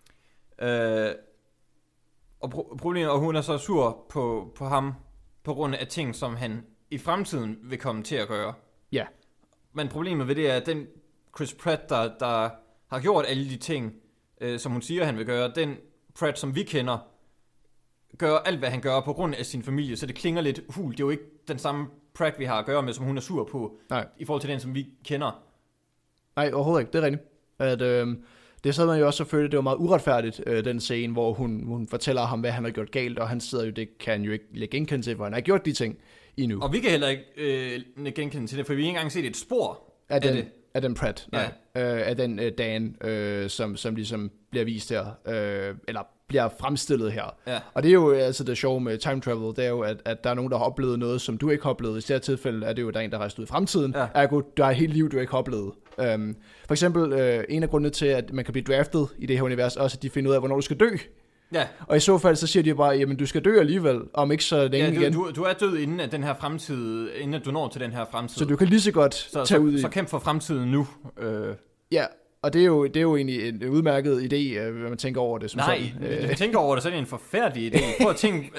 Og problemet, og hun er så sur på ham, på grund af ting, som han i fremtiden vil komme til at gøre. Ja. Men problemet ved det er, at den Chris Pratt, der har gjort alle de ting, som hun siger, han vil gøre, den Pratt, som vi kender, gør alt, hvad han gør på grund af sin familie, så det klinger lidt hul. Det er jo ikke den samme Pratt, vi har at gøre med, som hun er sur på. Nej. I forhold til den, som vi kender. Nej, overhovedet ikke. Det er rigtigt. At, det sad man jo også selvfølgelig, det var meget uretfærdigt, den scene, hvor hun fortæller ham, hvad han har gjort galt, og han sidder jo, det kan han jo ikke lægge genkende til, for han har gjort de ting endnu. Og vi kan heller ikke genkende til det, for vi har ikke engang set et spor af det. Af den Pratt, nej. Ja. Af den Dan, som ligesom bliver vist her, eller bliver fremstillet her. Ja. Og det er jo altså det sjove med time travel, det er jo, at der er nogen, der har oplevet noget, som du ikke har oplevet. I det her tilfælde er det jo, der er en, der rejser ud i fremtiden. Ja. Ergo, der er et helt liv, du ikke har oplevet. For eksempel, en af grundene til, at man kan blive draftet i det her univers, også at de finder ud af, hvornår du skal dø. Ja. Og i så fald, så siger de bare, jamen du skal dø alligevel, om ikke så længe igen. Du er død inden at den her fremtid, inden at du når til den her fremtid. Så du kan lige så godt tage ud i... Så kæmp for fremtiden nu. Ja, og det er jo egentlig en udmærket idé, hvad man tænker over det. Som nej, hvis man tænker over det, så er det en forfærdelig idé. Prøv at tænke...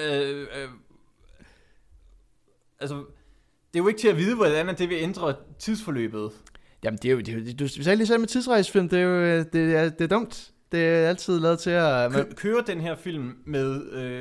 altså, det er jo ikke til at vide, hvordan det vil ændre tidsforløbet. Jamen, det er jo du sagde lige selv med tidsrejsefilm, det er jo det er dumt. Det er altid lavet til at... Kører den her film med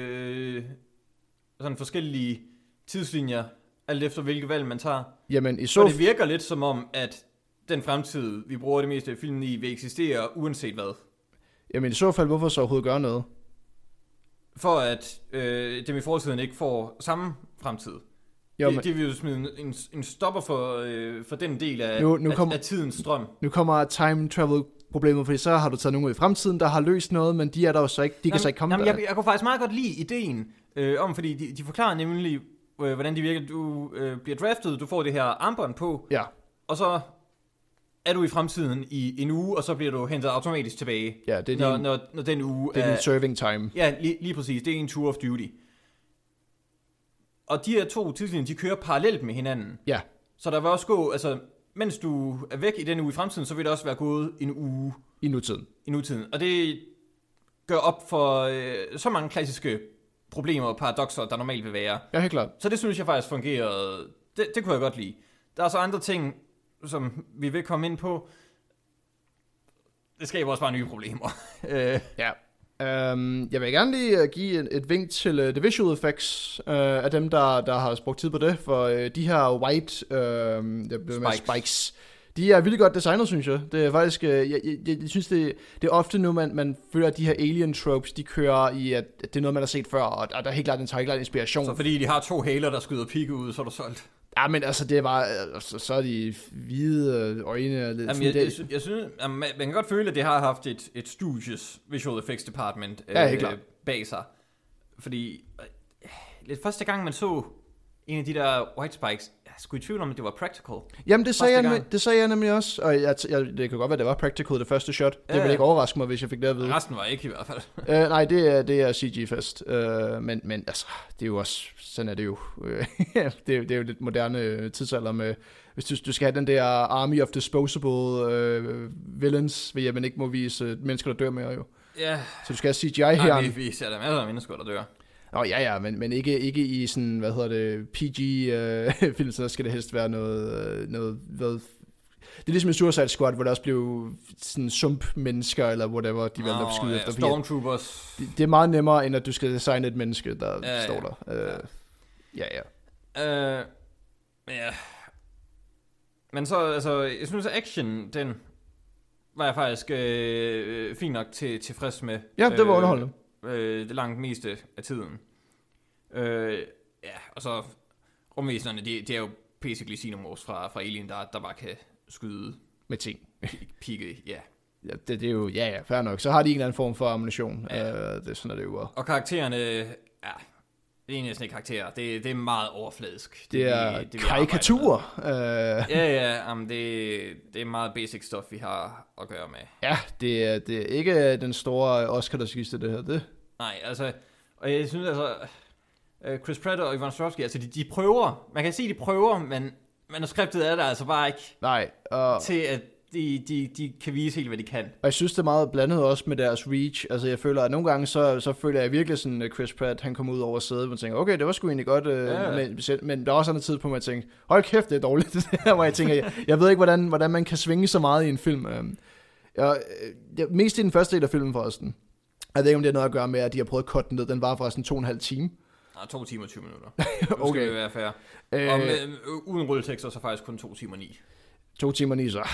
sådan forskellige tidslinjer, alt efter hvilke valg man tager? Jamen, så det virker lidt som om, at den fremtid, vi bruger det meste af filmen i, vil eksistere uanset hvad. Jamen, i så fald, hvorfor så overhovedet gøre noget? For at dem i fortiden ikke får samme fremtid. Det vil jo smide en stopper for den del af tidens strøm. Nu kommer time travel problemet, fordi så har du taget nogen ud i fremtiden, der har løst noget, men de er der jo så ikke, kan så ikke komme der. Jeg kunne faktisk meget godt lide ideen om, fordi de forklarer nemlig, hvordan det virker. Du bliver draftet, du får det her armbånd på, ja. Og så er du i fremtiden i en uge, og så bliver du hentet automatisk tilbage, ja, det er når den uge det er din serving time. Ja, lige præcis. Det er en tour of duty. Og de her 2 tidslinjer, de kører parallelt med hinanden. Ja. Så der vil også gå, altså, mens du er væk i den uge i fremtiden, så vil det også være gået en uge i nutiden. Og det gør op for så mange klassiske problemer og paradokser, der normalt vil være. Ja, helt klart. Så det synes jeg faktisk fungerede. Det kunne jeg godt lide. Der er så andre ting, som vi vil komme ind på. Det skaber også bare nye problemer. Ja. Jeg vil gerne lige give et vink til The Visual Effects af dem, der har brugt tid på det, for de her white spikes, de er virkelig godt designet, synes jeg. Det er faktisk, jeg synes, det er ofte nu, man føler, at de her alien tropes, de kører i, at det er noget, man har set før, og der er helt klart, den tager helt klart inspiration. Så fordi de har 2 haler, der skyder pigge ud, så er du solgt? Ja, men altså, det var, så er de hvide øjne. Lidt. Jamen, jeg synes, man kan godt føle, at det har haft et studios visual effects department ja, helt klart. Bag sig. Fordi lidt første gang, man så en af de der white spikes, jeg skulle i tvivl om, at det var practical. Jamen, det sagde jeg nemlig også, og det kan godt være, det var practical, det første shot. Det ville ikke overraske mig, hvis jeg fik det at vide. Resten var ikke i hvert fald. Nej, det er CG-fest. Men altså, det er jo også, sådan er det jo. Det er jo lidt moderne tidsalder med, hvis du skal have den der army of disposable villains, ved at man ikke må vise mennesker, der dør mere jo. Ja. Så du skal have CGI her. Nej, vi ser der masser af mennesker, der dør. Ja, men ikke i sådan, PG-film, så skal det helst være noget det er ligesom i Suicide Squad, hvor der også blev sådan sump-mennesker, eller whatever, de valgte at skyde efter. Stormtroopers. Det er meget nemmere, end at du skal designe et menneske, der står der. Ja. Men så, altså, jeg synes, at action, den var jeg faktisk fint nok tilfreds med. Ja, det var underholdende. Det langt meste af tiden. Og så rumvæsenerne, det er jo basically xenomorphs fra Alien, der bare kan skyde med ting. Pigge, ja. Ja, det er jo, fair nok. Så har de en eller anden form for ammunition. Ja. Det er sådan, det jo er. Og karaktererne, det er næsten ikke karakterer. Det er meget overfladisk. Det er karikaturer. Det er meget basic stuff, vi har at gøre med. Ja, det er ikke den store Oscar, der skiste det her. Det. Nej, altså, og jeg synes altså, Chris Pratt og Ivan Stravsky, altså de prøver, man kan sige, de prøver, men manuskriptet er der altså bare ikke til, at de kan vise helt, hvad de kan. Og jeg synes, det er meget blandet også med deres reach. Altså, jeg føler, at nogle gange, så føler jeg virkelig sådan, at Chris Pratt, han kom ud over sædet, og tænker, okay, det var sgu egentlig godt, men der er også andet tid på, at jeg tænkte, hold kæft, det er dårligt, det der, hvor jeg tænker, jeg ved ikke, hvordan man kan svinge så meget i en film. Mest i den første del af filmen, forresten. Jeg ved ikke, om det har noget at gøre med, at de har prøvet at cutte den ned. Den var forresten 2,5 timer. 2 timer og 20 minutter. Nu skal vi være fair. Og uden rulletekster, så faktisk kun 2 timer 9. 2 timer 9 så.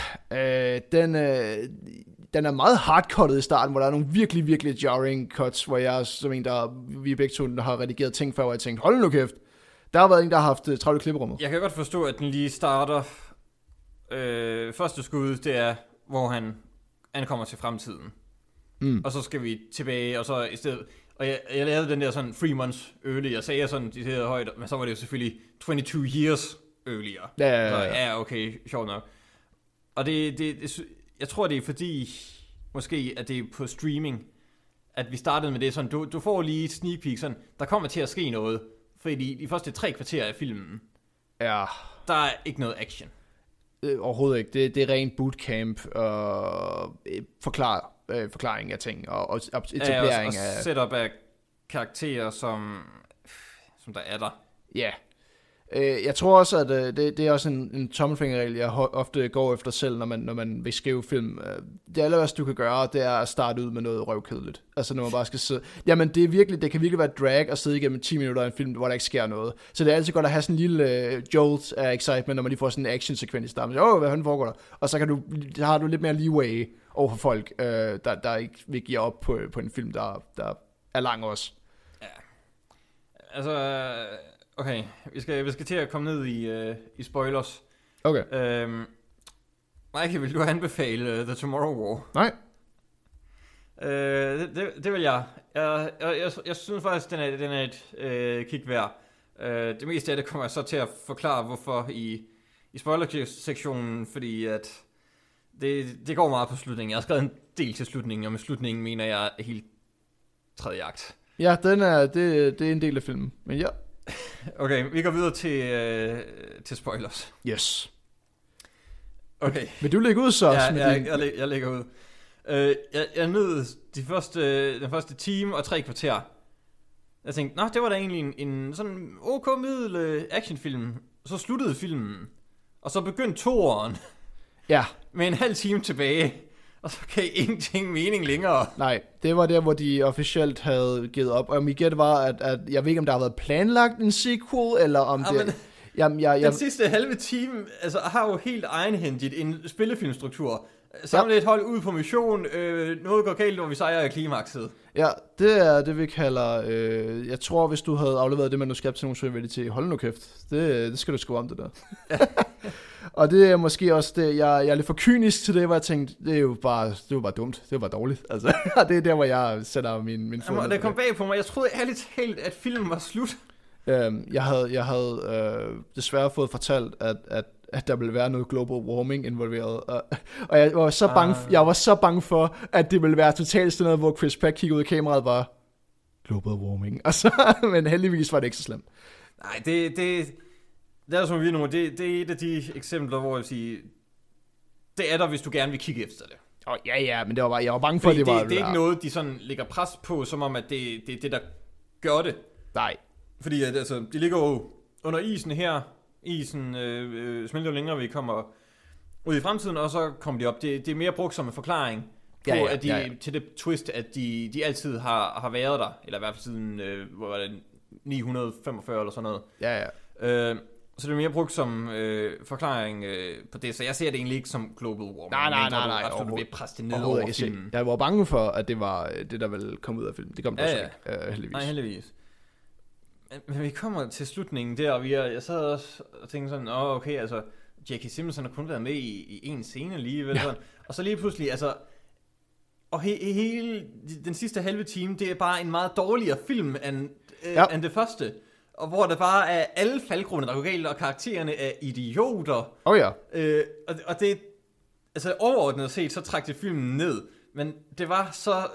Den er meget hardcuttet i starten, hvor der er nogle virkelig, virkelig jarring cuts, hvor jeg som en, vi begge to har redigeret ting før, hvor jeg tænkte, hold nu kæft. Der har været en, der har haft travlt klipperummet. Jeg kan godt forstå, at den lige starter. Første skud, det er, hvor han ankommer til fremtiden. Og så skal vi tilbage, og så i stedet... Og jeg lavede den der sådan 3 months early, jeg sagde sådan, de hedder højt, men så var det jo selvfølgelig 22 years earlier. Ja, okay, sjovt nok. Og jeg tror, det er fordi, måske, at det er på streaming, at vi startede med det sådan, du får lige et sneak peek, sådan, der kommer til at ske noget, fordi de første 3 kvarter af filmen, der er ikke noget action. Overhovedet ikke. Det er rent bootcamp og forklaring af ting og etablering af... og setup af karakterer, som der er der. Ja. Jeg tror også, at det er også en tommelfingerregel, jeg ofte går efter selv, når man vil skrive film. Det allerværste, du kan gøre, det er at starte ud med noget røvkedeligt. Altså, når man bare skal sidde... Jamen, det kan virkelig være drag at sidde igennem 10 minutter af en film, hvor der ikke sker noget. Så det er altid godt at have sådan en lille jolt af excitement, når man lige får sådan en action-sekvens i starten. Hvad fanden foregår der? Og så har du lidt mere leeway over for folk, der ikke vil give op på en film, der er lang også. Ja. Altså... Okay, vi skal til at komme ned i spoilers. Okay. Michael, vil du anbefale The Tomorrow War? Nej. Det vil jeg. Jeg synes faktisk, den er et kig værd. Det meste af det kommer jeg så til at forklare, hvorfor i spoiler-sektionen, fordi at det går meget på slutningen. Jeg har skrevet en del til slutningen, og med slutningen mener jeg helt tredje akt. Ja, det er en del af filmen, men ja. Okay, vi går videre til spoilers. Yes. Okay. Vil du lægge ud så? Ja, jeg lægger ud. Jeg nød den første time og 3 kvarter. Jeg tænkte, det var da egentlig en sådan ok middel actionfilm. Så sluttede filmen, og så begyndte toeren. Ja. Med en halv time tilbage. Og så kan ingenting mening længere. Nej, det var der, hvor de officielt havde givet op. Og mit gæt var, at jeg ved ikke, om der har været planlagt en sequel, eller om det... Den sidste halve time har jo helt egenhændigt en spillefilmstruktur. Samle et hold ud på mission. Noget går galt, når vi sejrer i klimakset. Ja, det er det, vi kalder... jeg tror, hvis du havde afleveret det manuskript til nogen, så ville det til, hold nu kæft. Det skal du skrive om, det der. Ja. Og det er måske også det, jeg er lidt for kynisk til det, hvor jeg tænkte, det var bare dumt, det var bare dårligt. Altså, det er der, hvor jeg sætter min fod. Det kom bag på mig. Jeg troede ærligt talt, at filmen var slut. Jeg havde desværre fået fortalt, at der ville være noget global warming involveret. Og jeg var så bange for, at det ville være totalt sådan noget, hvor Chris Pratt kiggede ud i kameraet var global warming. Men heldigvis var det ikke så slemt. Nej, det er som vi nu. Det er et af de eksempler, hvor jeg vil sige, det er der, hvis du gerne vil kigge efter det. Ja, men jeg var bange for, at det var... Det er ikke noget, de sådan lægger pres på, som om, at det er det, der gør det. Nej. Fordi at, altså, de ligger jo under isen her. Isen smelter jo længere, vi kommer ud i fremtiden, og så kommer de op. Det er mere brugt som en forklaring på, at til det twist, at de altid har været der. Eller i hvert fald siden, hvor var det, 945 eller sådan noget. Ja. Så det er mere brugt som forklaring på det, så jeg ser det egentlig ikke som global warming. Nej. Absolut vil presse det ned over filmen. Jeg var bange for, at det var det, der ville komme ud af filmen. Det kom der så ikke, heldigvis. Nej, heldigvis. Men vi kommer til slutningen der, og jeg sad også og tænkte sådan, okay, altså, J.K. Simmons har kun været med i en scene alligevel. Ja. Sådan. Og så lige pludselig, altså, og hele den sidste halve time, det er bare en meget dårligere film end det første. Og hvor der bare er alle faldgrunde, der går galt, og karaktererne er idioter. Og det, altså overordnet set, så trak det filmen ned. Men det var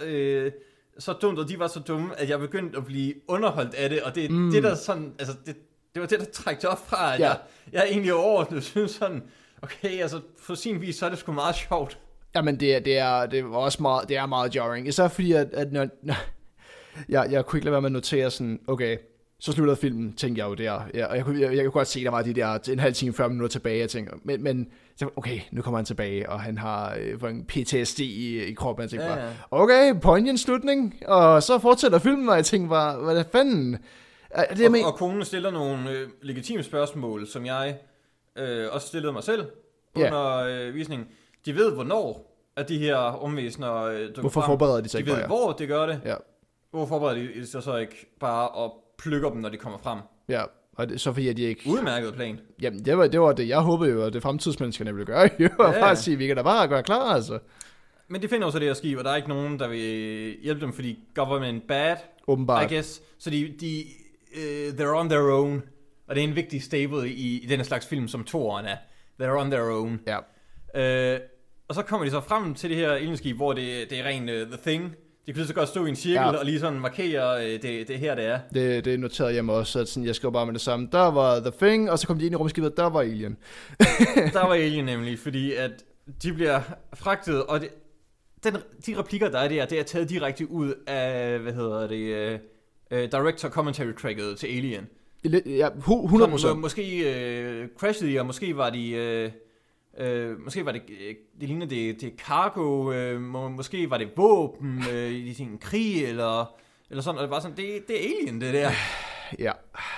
så dumt, og de var så dumme, at jeg begyndte at blive underholdt af det. Og det er det, der sådan, altså det var det, der trækte op fra, at jeg egentlig overordnet synes sådan, okay, altså på sin vis, så er det sgu meget sjovt. Jamen det er også meget, det er meget jarring. Især fordi, at når jeg kunne ikke lade være med at notere sådan, okay, så slutter filmen, tænkte jeg jo der. Og jeg kunne godt se, der var de der en halv time, 40 minutter tilbage, jeg tænker, men okay, nu kommer han tilbage, og han har en PTSD i kroppen, jeg tænker bare, okay, poignant slutning, og så fortsætter filmen, og jeg tænker bare, hvad fanden? Og konen stiller nogle legitime spørgsmål, som jeg også stillede mig selv under visningen. De ved, hvornår at de her omvæsener hvorfor forbereder de sig ikke? De ved, hvor det gør det. Ja. Hvorfor forbereder de sig så ikke bare at plukke dem, når de kommer frem? Ja, og det, så fordi at de ikke... Udmærket plan. Jamen, det var det. Jeg håbede jo, at det fremtidsmenneskerne ville gøre. Jo, og bare sige, vi kan da bare gøre klar, altså. Men de finder også det her skib, og der er ikke nogen, der vil hjælpe dem, fordi government bad, åbenbart. I guess. Så they're on their own. Og det er en vigtig stable i denne slags film, som toeren er. They're on their own. Ja. Og så kommer de så frem til det her alienskib, hvor det er rent The Thing. De kunne så godt stå i en cirkel og lige sådan markere, det her det er. Det noterede jeg mig også, at sådan, jeg skrev bare med det samme. Der var The Thing, og så kom de ind i rumskibet, der var Alien. Der var Alien nemlig, fordi at de bliver fragtet, og de replikker, der er der, det er taget direkte ud af, director commentary tracket til Alien. Ja, 100%. Så, måske crashede de, og måske var de... måske var det ligner det cargo, måske var det våben i sin krig eller sådan, og det var sådan, det er alien det der. Ja.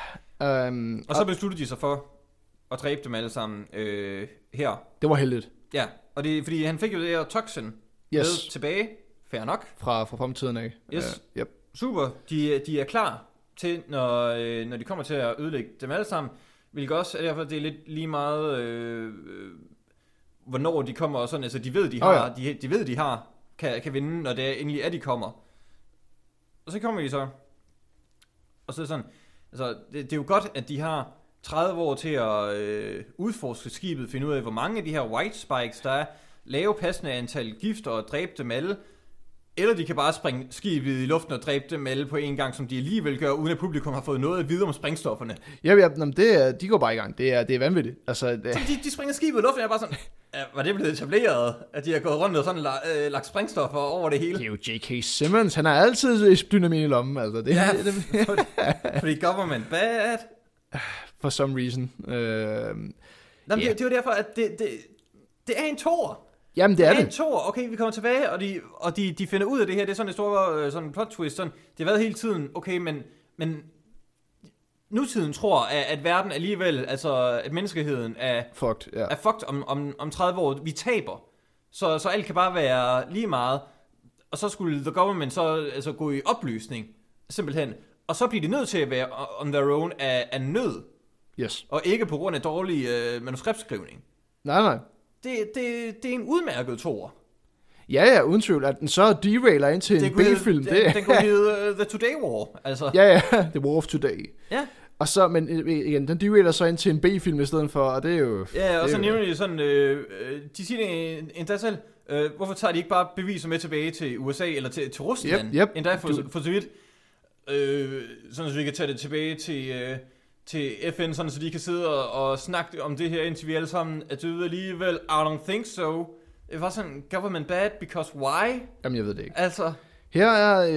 Og så besluttede de sig for at dræbe dem alle sammen her. Det var heldigt. Ja, og det fordi han fik jo det her toxin med tilbage. Fair nok. Fra fremtiden af. Yes. Yep. Super. De er klar til når de kommer til at ødelægge dem alle sammen. Hvilket også er derfor det er lidt lige meget hvornår de kommer og sådan, altså de ved de har kan vinde, når det endelig er de kommer. Og så kommer de så. Og så er sådan, altså det er jo godt at de har 30 år til at udforske skibet, finde ud af hvor mange af de her white spikes der er, lave passende antal gift og dræbe dem alle. Eller de kan bare springe skibet i luften og dræbe dem alle på en gang, som de alligevel gør, uden at publikum har fået noget at vide om sprængstofferne. Ja, de går bare i gang. Det er vanvittigt. Altså, de springer skibet i luften, og jeg er bare sådan, var det blevet etableret, at de har gået rundt og sådan lagt sprængstoffer over det hele? Det er jo J.K. Simmons, han har altid dynamit i lommen. Altså, fordi government bad. For some reason. Det er jo derfor, at det er en toer. Jamen, det er det. Okay, vi kommer tilbage, og de finder ud af det her. Det er sådan et stort sådan plot twist. Sådan, det har været hele tiden, okay, men nutiden tror, at verden alligevel, altså at menneskeheden er fucked om 30 år. Vi taber. Så alt kan bare være lige meget. Og så skulle the government så altså gå i opløsning, simpelthen. Og så bliver de nødt til at være on their own af nød. Yes. Og ikke på grund af dårlig manuskriptskrivning. Nej. Det er en udmærket toer. Ja, uden tvivl. At den så derailer ind til en B-film. Den kunne hedde The Today War. Altså. Ja, The War of Today. Ja. Og så, men igen, den derailer så ind til en B-film i stedet for, og det er jo... Ja, og så nævner de sådan, de siger det endda selv, hvorfor tager de ikke bare beviser med tilbage til USA, eller til Rusland, endda for så vidt, sådan så vi kan tage det tilbage til FN, sådan så de kan sidde og snakke om det her, indtil vi alle sammen er døde alligevel. I don't think so. Det var sådan, government bad, because why? Jamen, jeg ved det ikke. Altså... Her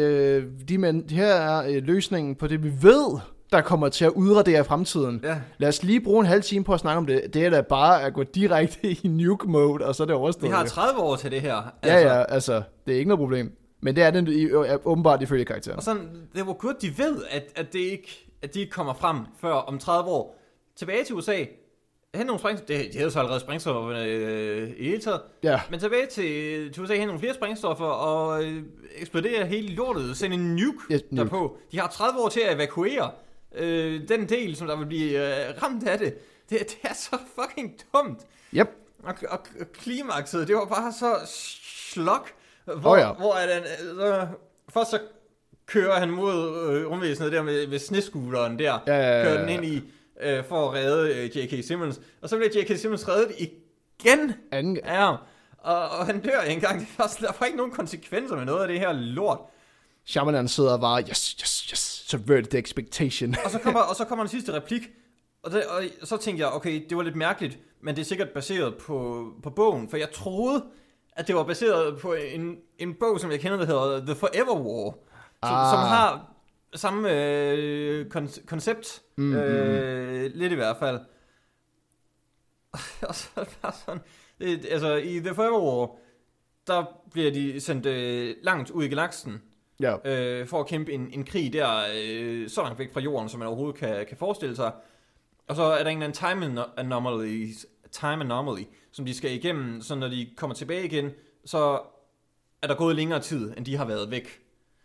er løsningen på det, vi ved, der kommer til at udradere fremtiden. Ja. Lad os lige bruge en halv time på at snakke om det. Det er da bare at gå direkte i nuke mode, og så er det overstået. Vi har 30 år til det her. Altså. Ja, altså, det er ikke noget problem. Men det er den åbenbart ifølge karakteren. Og sådan, det var godt, de ved, at de ikke kommer frem før om 30 år. Tilbage til USA. Hente nogle sprængstoffer. De havde så allerede sprængstoffer i hele taget. Ja. Men tilbage til USA, hente nogle flere sprængstoffer og eksplodere hele lortet. Sende en nuke derpå. De har 30 år til at evakuere den del, som der vil blive ramt af det. Det er så fucking dumt. Yep. Og klimakset, det var bare så slok. Hvor er den... Først så kører han mod rumvæsenet der med snescooteren der. Kører den ind i... for at redde J.K. Simmons. Og så bliver J.K. Simmons reddet igen. Ja. Og han dør engang. Der var ikke nogen konsekvenser med noget af det her lort. Shyamalan sidder og bare, yes, subvert the expectation. og så kommer den sidste replik. Og så tænkte jeg, okay, det var lidt mærkeligt, men det er sikkert baseret på bogen. For jeg troede, at det var baseret på en bog, som jeg kender, der hedder The Forever War. Som har samme koncept. Lidt i hvert fald. Og så er det bare sådan... altså, i The Forever War, der bliver de sendt langt ud i galaksen. For at kæmpe en krig der, så langt væk fra jorden, som man overhovedet kan forestille sig. Og så er der en eller anden time anomaly, som de skal igennem, så når de kommer tilbage igen, så er der gået længere tid, end de har været væk.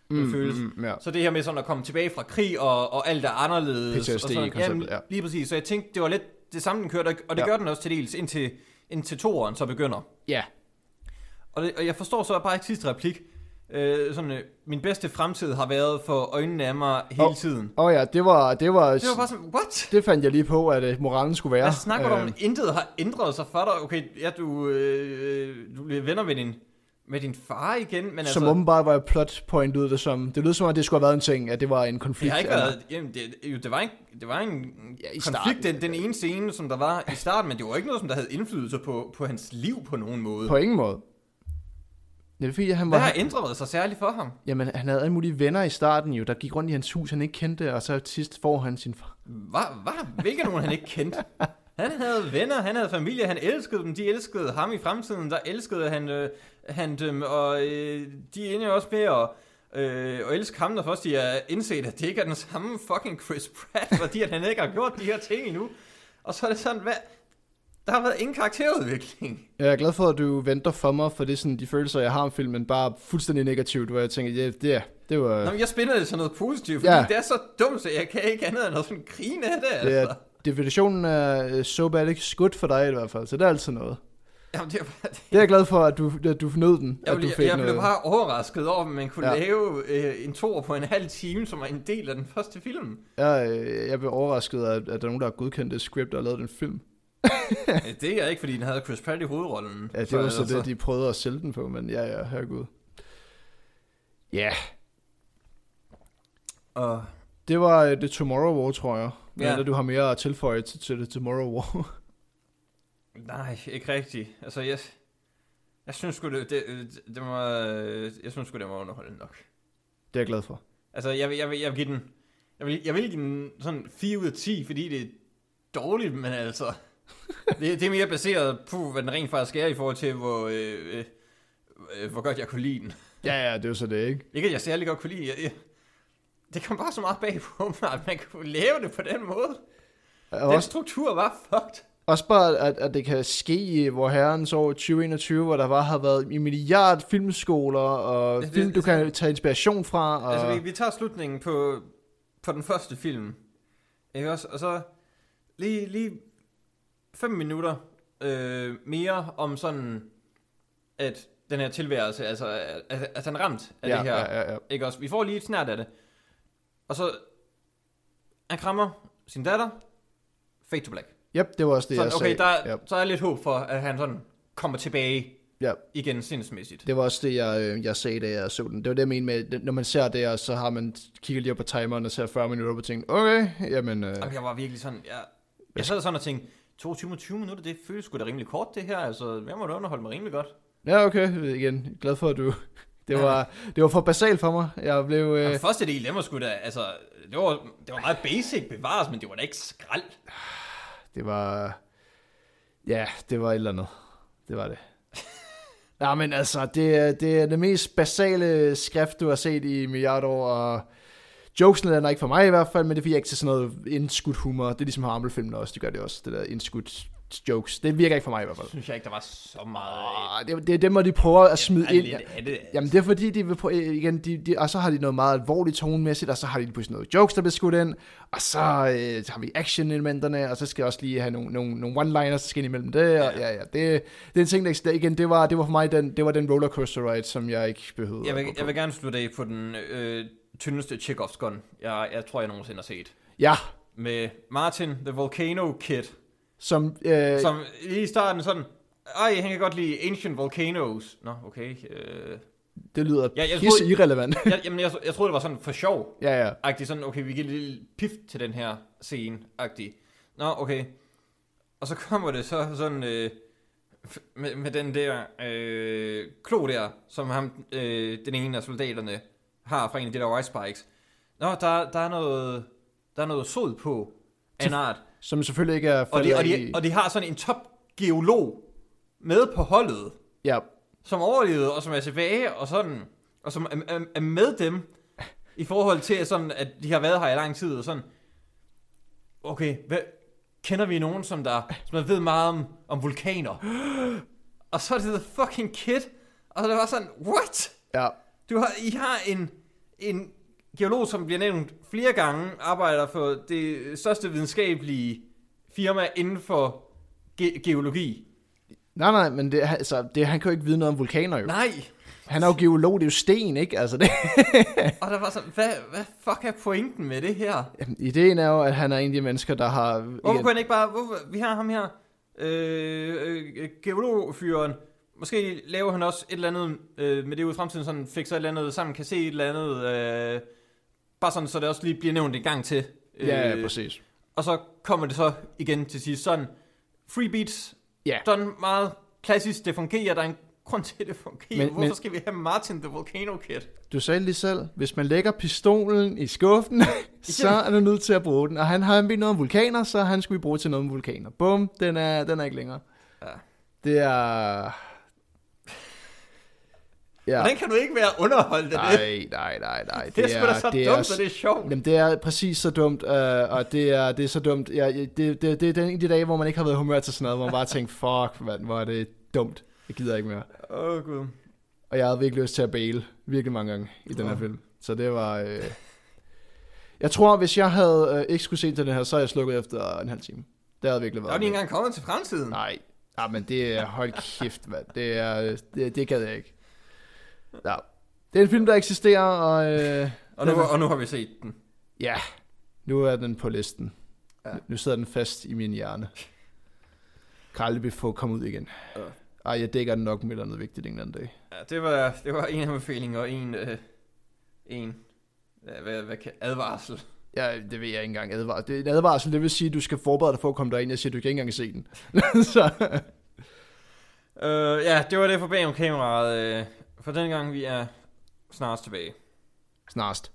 Så det her med sådan at komme tilbage fra krig, og alt er anderledes. PTSD og sådan, konceptet, ja. Lige præcis. Så jeg tænkte, det var lidt det samme, den kørte, og det gør den også til dels, indtil toeren så begynder. Ja. Og jeg forstår så bare ikke sidste replik. Min bedste fremtid har været for øjnene af mig hele tiden. Ja, det var bare sådan, what? Det fandt jeg lige på, at moralen skulle være. Jeg snakker om, intet har ændret sig for dig. Okay, ja, du bliver venner med din far igen, men som åbenbart var et plot point ud det som. Det lød som om, det skulle have været en ting, at det var en konflikt. Det har ikke været, det var en konflikt, den ene scene, som der var i starten, men det var ikke noget, som der havde indflydelse på hans liv på nogen måde. På ingen måde. Det er fordi, hvad har ændret sig særligt for ham? Jamen, han havde alle mulige venner i starten jo, der gik rundt i hans hus, han ikke kendte, og så til sidst får han sin far. Hvad? Hvilke nogen han ikke kendte? Han havde venner, han havde familie, han elskede dem, de elskede ham i fremtiden, der elskede han dem, og de ender også med at elske ham, når først de har indset, at det ikke er den samme fucking Chris Pratt, fordi at han ikke har gjort de her ting endnu. Og så er det sådan, der har været ingen karakterudvikling. Jeg er glad for, at du venter for mig, for det er sådan de følelser, jeg har om filmen, bare fuldstændig negativt, hvor jeg tænker, det var... Nå, men jeg spænder det til noget positivt, fordi det er så dumt, så jeg kan ikke andet end at sådan grine af det, altså. Definitionen er so bad it's good for dig i hvert fald, så det er altid noget. Jamen, det er jeg glad for, at du nød den. Jeg blev bare overrasket over, at man kunne lave en 2 på en halv time, som er en del af den første film. Jeg blev overrasket, at der er nogen, der har godkendt det script og lavet den film. Det er ikke, fordi den havde Chris Pratt i hovedrollen. Ja, det var så det, de prøvede at sælge den på, men herregud. Ja. Det var The Tomorrow War, tror jeg. Eller du har mere at tilføje til The Tomorrow War. Nej, ikke rigtigt. Altså, jeg synes sgu, det var underholdende nok. Det er jeg glad for. Altså, jeg vil give den... Jeg vil give den sådan 4 ud af 10, fordi det er dårligt, men altså... det er mere baseret på, hvad den rent faktisk er i forhold til, hvor godt jeg kunne lide den. Ja, det er jo så det, ikke? Ikke, at jeg særlig godt kunne lide. Det kom bare så meget bag på mig, at man kunne lave det på den måde. Den struktur var fucked. Også bare, at det kan ske i vor herrens år 2021, hvor der bare har været en milliard filmskoler, og film, du kan tage inspiration fra. Og... Altså, vi tager slutningen på den første film. Ikke også? Og så lige 5 minutter mere om sådan, at den her tilværelse, altså at han ramt af det her. Ja. Ikke også? Vi får lige et snært af det. Og så han krammer sin datter. Fade to black. Yep, det var også det, sådan, jeg okay, sagde. så er jeg lidt håb for, at han sådan kommer tilbage igen sindsmæssigt. Det var også det, jeg sagde, da jeg så den. Det var det, jeg mente med, når man ser det, og så har man kigget lige op på timeren og ser 40 minutter og tænkt, okay, jamen... Jeg var virkelig sådan, jeg sad sådan og tænkte, 22 minutter, det føles sgu da rimelig kort det her, altså, jeg må da underholde mig rimelig godt. Ja, okay, igen, glad for, at du... Det var for basalt for mig. Jeg blev... Den første del, den var sgu da, altså, det var meget basic bevares, men det var da ikke skrald. Det var... Ja, det var et eller andet. Det var det. Ja, men altså, det er det mest basale skrift, du har set i milliarder år, og jokesene er ikke for mig i hvert fald, men det er fordi, jeg ikke til sådan noget indskudt humor. Det er ligesom Marvel-filmene også, de gør det også, det der indskudt jokes. Det virker ikke for mig i hvert fald. Synes jeg ikke, der var så meget... Det er dem, hvor de prøver at smide ind. Det. Jamen, det er fordi, de vil prøve, igen, og så har de noget meget alvorligt tonemæssigt, og så har de pludselig noget jokes, der bliver skudt ind, og så har vi action-elementerne, og så skal jeg også lige have nogle one-liners, der skal ind imellem det, og det er en ting, der igen, det var for mig den rollercoaster ride, som jeg ikke behøvede. Jeg vil gerne slutte af på den tyndeste Chekhovs gun, jeg tror, jeg nogensinde har set. Ja. Med Martin, the Volcano Kid. Som lige i starten sådan, han kan godt lide Ancient Volcanoes. Nå, okay. Det lyder pisse irrelevant. Jeg troede, det var sådan for sjov. Ja. Agtigt sådan, okay, vi giver lidt pift til den her scene. Agtigt. Nå, okay. Og så kommer det så sådan, med den der klo der, som den ene af soldaterne har fra en af de der White Spikes. Nå, der er noget sod på en art. Som selvfølgelig ikke er og de har sådan en topgeolog med på holdet, som overlevede, og som er tilbage, og sådan, og som er med dem, i forhold til sådan, at de har været her i lang tid, og sådan, okay, kender vi nogen, som ved meget om vulkaner? Og så er det the fucking kid, og det var sådan, what? Ja. I har en geolog, som bliver nævnt flere gange, arbejder for det største videnskabelige firma inden for geologi. Nej, men han kan jo ikke vide noget om vulkaner jo. Nej. Han er jo geolog, det er jo sten, ikke? Altså det. Og der var sådan, hvad fuck er pointen med det her? Jamen, ideen er jo, at han er en af de mennesker, der har... Hvorfor kunne han ikke bare... vi har ham her, geologfyren. Måske laver han også et eller andet med det ude i fremtiden, sådan fikser et eller andet sammen, kan se et eller andet... bare sådan, så det også lige bliver nævnt en gang til. Ja, præcis. Og så kommer det så igen til sidst sådan, free beats, sådan meget klassisk, det fungerer, der er en grund til, at det fungerer. Hvorfor skal vi have Martin the Volcano Kid? Du sagde lige selv, hvis man lægger pistolen i skuffen, så er du nødt til at bruge den. Og han har noget om vulkaner, så han skulle bruge til noget om vulkaner. Bum, den er ikke længere. Ja. Det er... Ja. Hvordan kan du ikke være underholdt af det? Nej. Det er sgu da så dumt, og det er sjovt. Jamen, det er præcis så dumt, og det er så dumt. Det er den de dage, hvor man ikke har været humør til sådan noget, hvor man bare tænker, fuck, man, hvor er det dumt. Jeg gider ikke mere. Gud. Og jeg havde virkelig lyst til at baile virkelig mange gange i den her film. Så det var... Jeg tror, hvis jeg havde ikke skulle se til det her, så havde jeg slukket efter en halv time. Det havde virkelig været... Der var ikke engang kommet til fremtiden. Nej, men det er... Hold kæft, mand. Det gad jeg ikke. Ja. Det er en film, der eksisterer, og nu har vi set den. Ja, nu er den på listen. Ja. Nu sidder den fast i min hjerne. Kan aldrig få komme ud igen. Ej, jeg dækker den nok med noget vigtigt en anden dag. Ja, det var en anbefaling og en advarsel. Ja, det ved jeg ikke engang. En advarsel, det vil sige, at du skal forberede dig for at komme derind. Jeg siger, du kan ikke engang se den. Så. Ja, det var det for bag om kameraet. For den gang, vi er snart tilbage. Snarest.